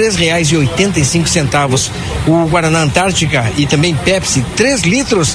Speaker 13: R$3,85. O Guaraná Antártica e também Pepsi, 3 litros,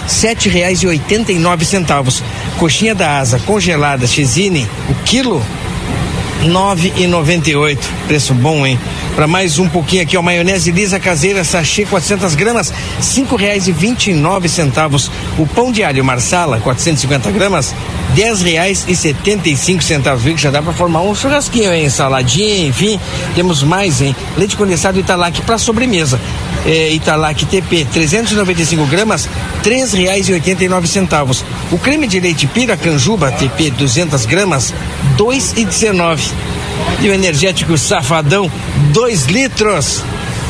Speaker 13: R$7,89. Coxinha da Asa congelada Chesine, o quilo, R$9,98. Preço bom, hein? Para mais um pouquinho aqui, ó, maionese lisa caseira sachê 400 gramas, R$5,29. O pão de alho Marsala 450 gramas, R$10,75. Viu que já dá para formar um churrasquinho, hein? Saladinha, enfim, temos mais, hein? Leite condensado Italac para sobremesa, Italac TP 395 gramas, R$3,89. O creme de leite Piracanjuba TP 200 gramas, R$2,19. E o energético Safadão 2 litros,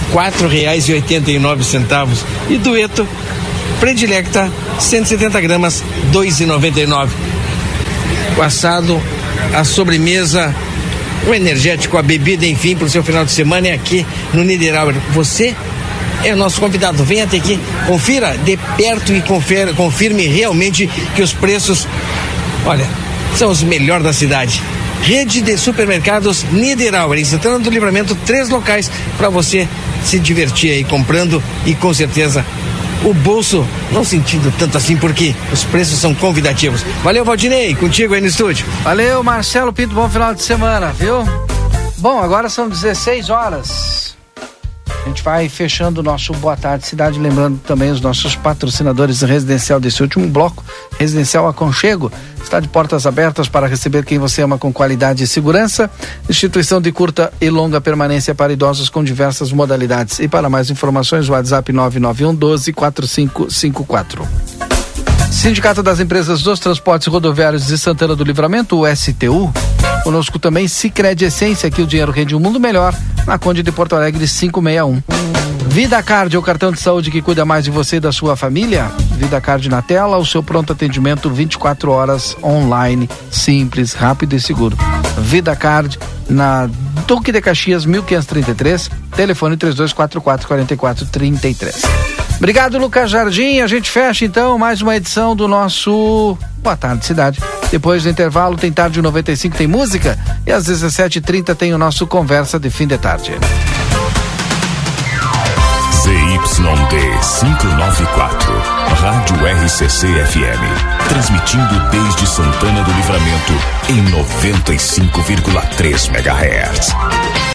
Speaker 13: R$4,89. E Dueto Predilecta 170 gramas, R$2,99. O assado, a sobremesa, o energético, a bebida, enfim, para o seu final de semana é aqui no Niederauer. Você é o nosso convidado, venha até aqui, confira de perto e confirme realmente que os preços, olha, são os melhores da cidade. Rede de supermercados Niederauer, em Santana do Livramento, 3 locais para você se divertir aí comprando e com certeza o bolso não sentindo tanto assim, porque os preços são convidativos. Valeu, Valdinei, contigo aí no estúdio.
Speaker 2: Valeu, Marcelo Pinto, bom final de semana, viu? Bom, agora são 16 horas. A gente vai fechando o nosso Boa Tarde Cidade, lembrando também os nossos patrocinadores residencial desse último bloco. Residencial Aconchego está de portas abertas para receber quem você ama com qualidade e segurança. Instituição de curta e longa permanência para idosos com diversas modalidades. E para mais informações, WhatsApp 991 12 4554. Sindicato das Empresas dos Transportes Rodoviários de Santana do Livramento, o STU. Conosco também Sicredi Essência, aqui o dinheiro rende um mundo melhor, na Conde de Porto Alegre 561. Vida Card é o cartão de saúde que cuida mais de você e da sua família. Vida Card na tela, o seu pronto atendimento 24 horas online, simples, rápido e seguro. Vida Card na Duque de Caxias 1533, telefone 3244-4433. Obrigado, Lucas Jardim. A gente fecha então mais uma edição do nosso Boa Tarde Cidade. Depois do intervalo tem Tarde 95, tem música, e às 17h30 tem o nosso Conversa de Fim de Tarde.
Speaker 15: ZYD 594, Rádio RCC FM, transmitindo desde Santana do Livramento em 95,3 MHz.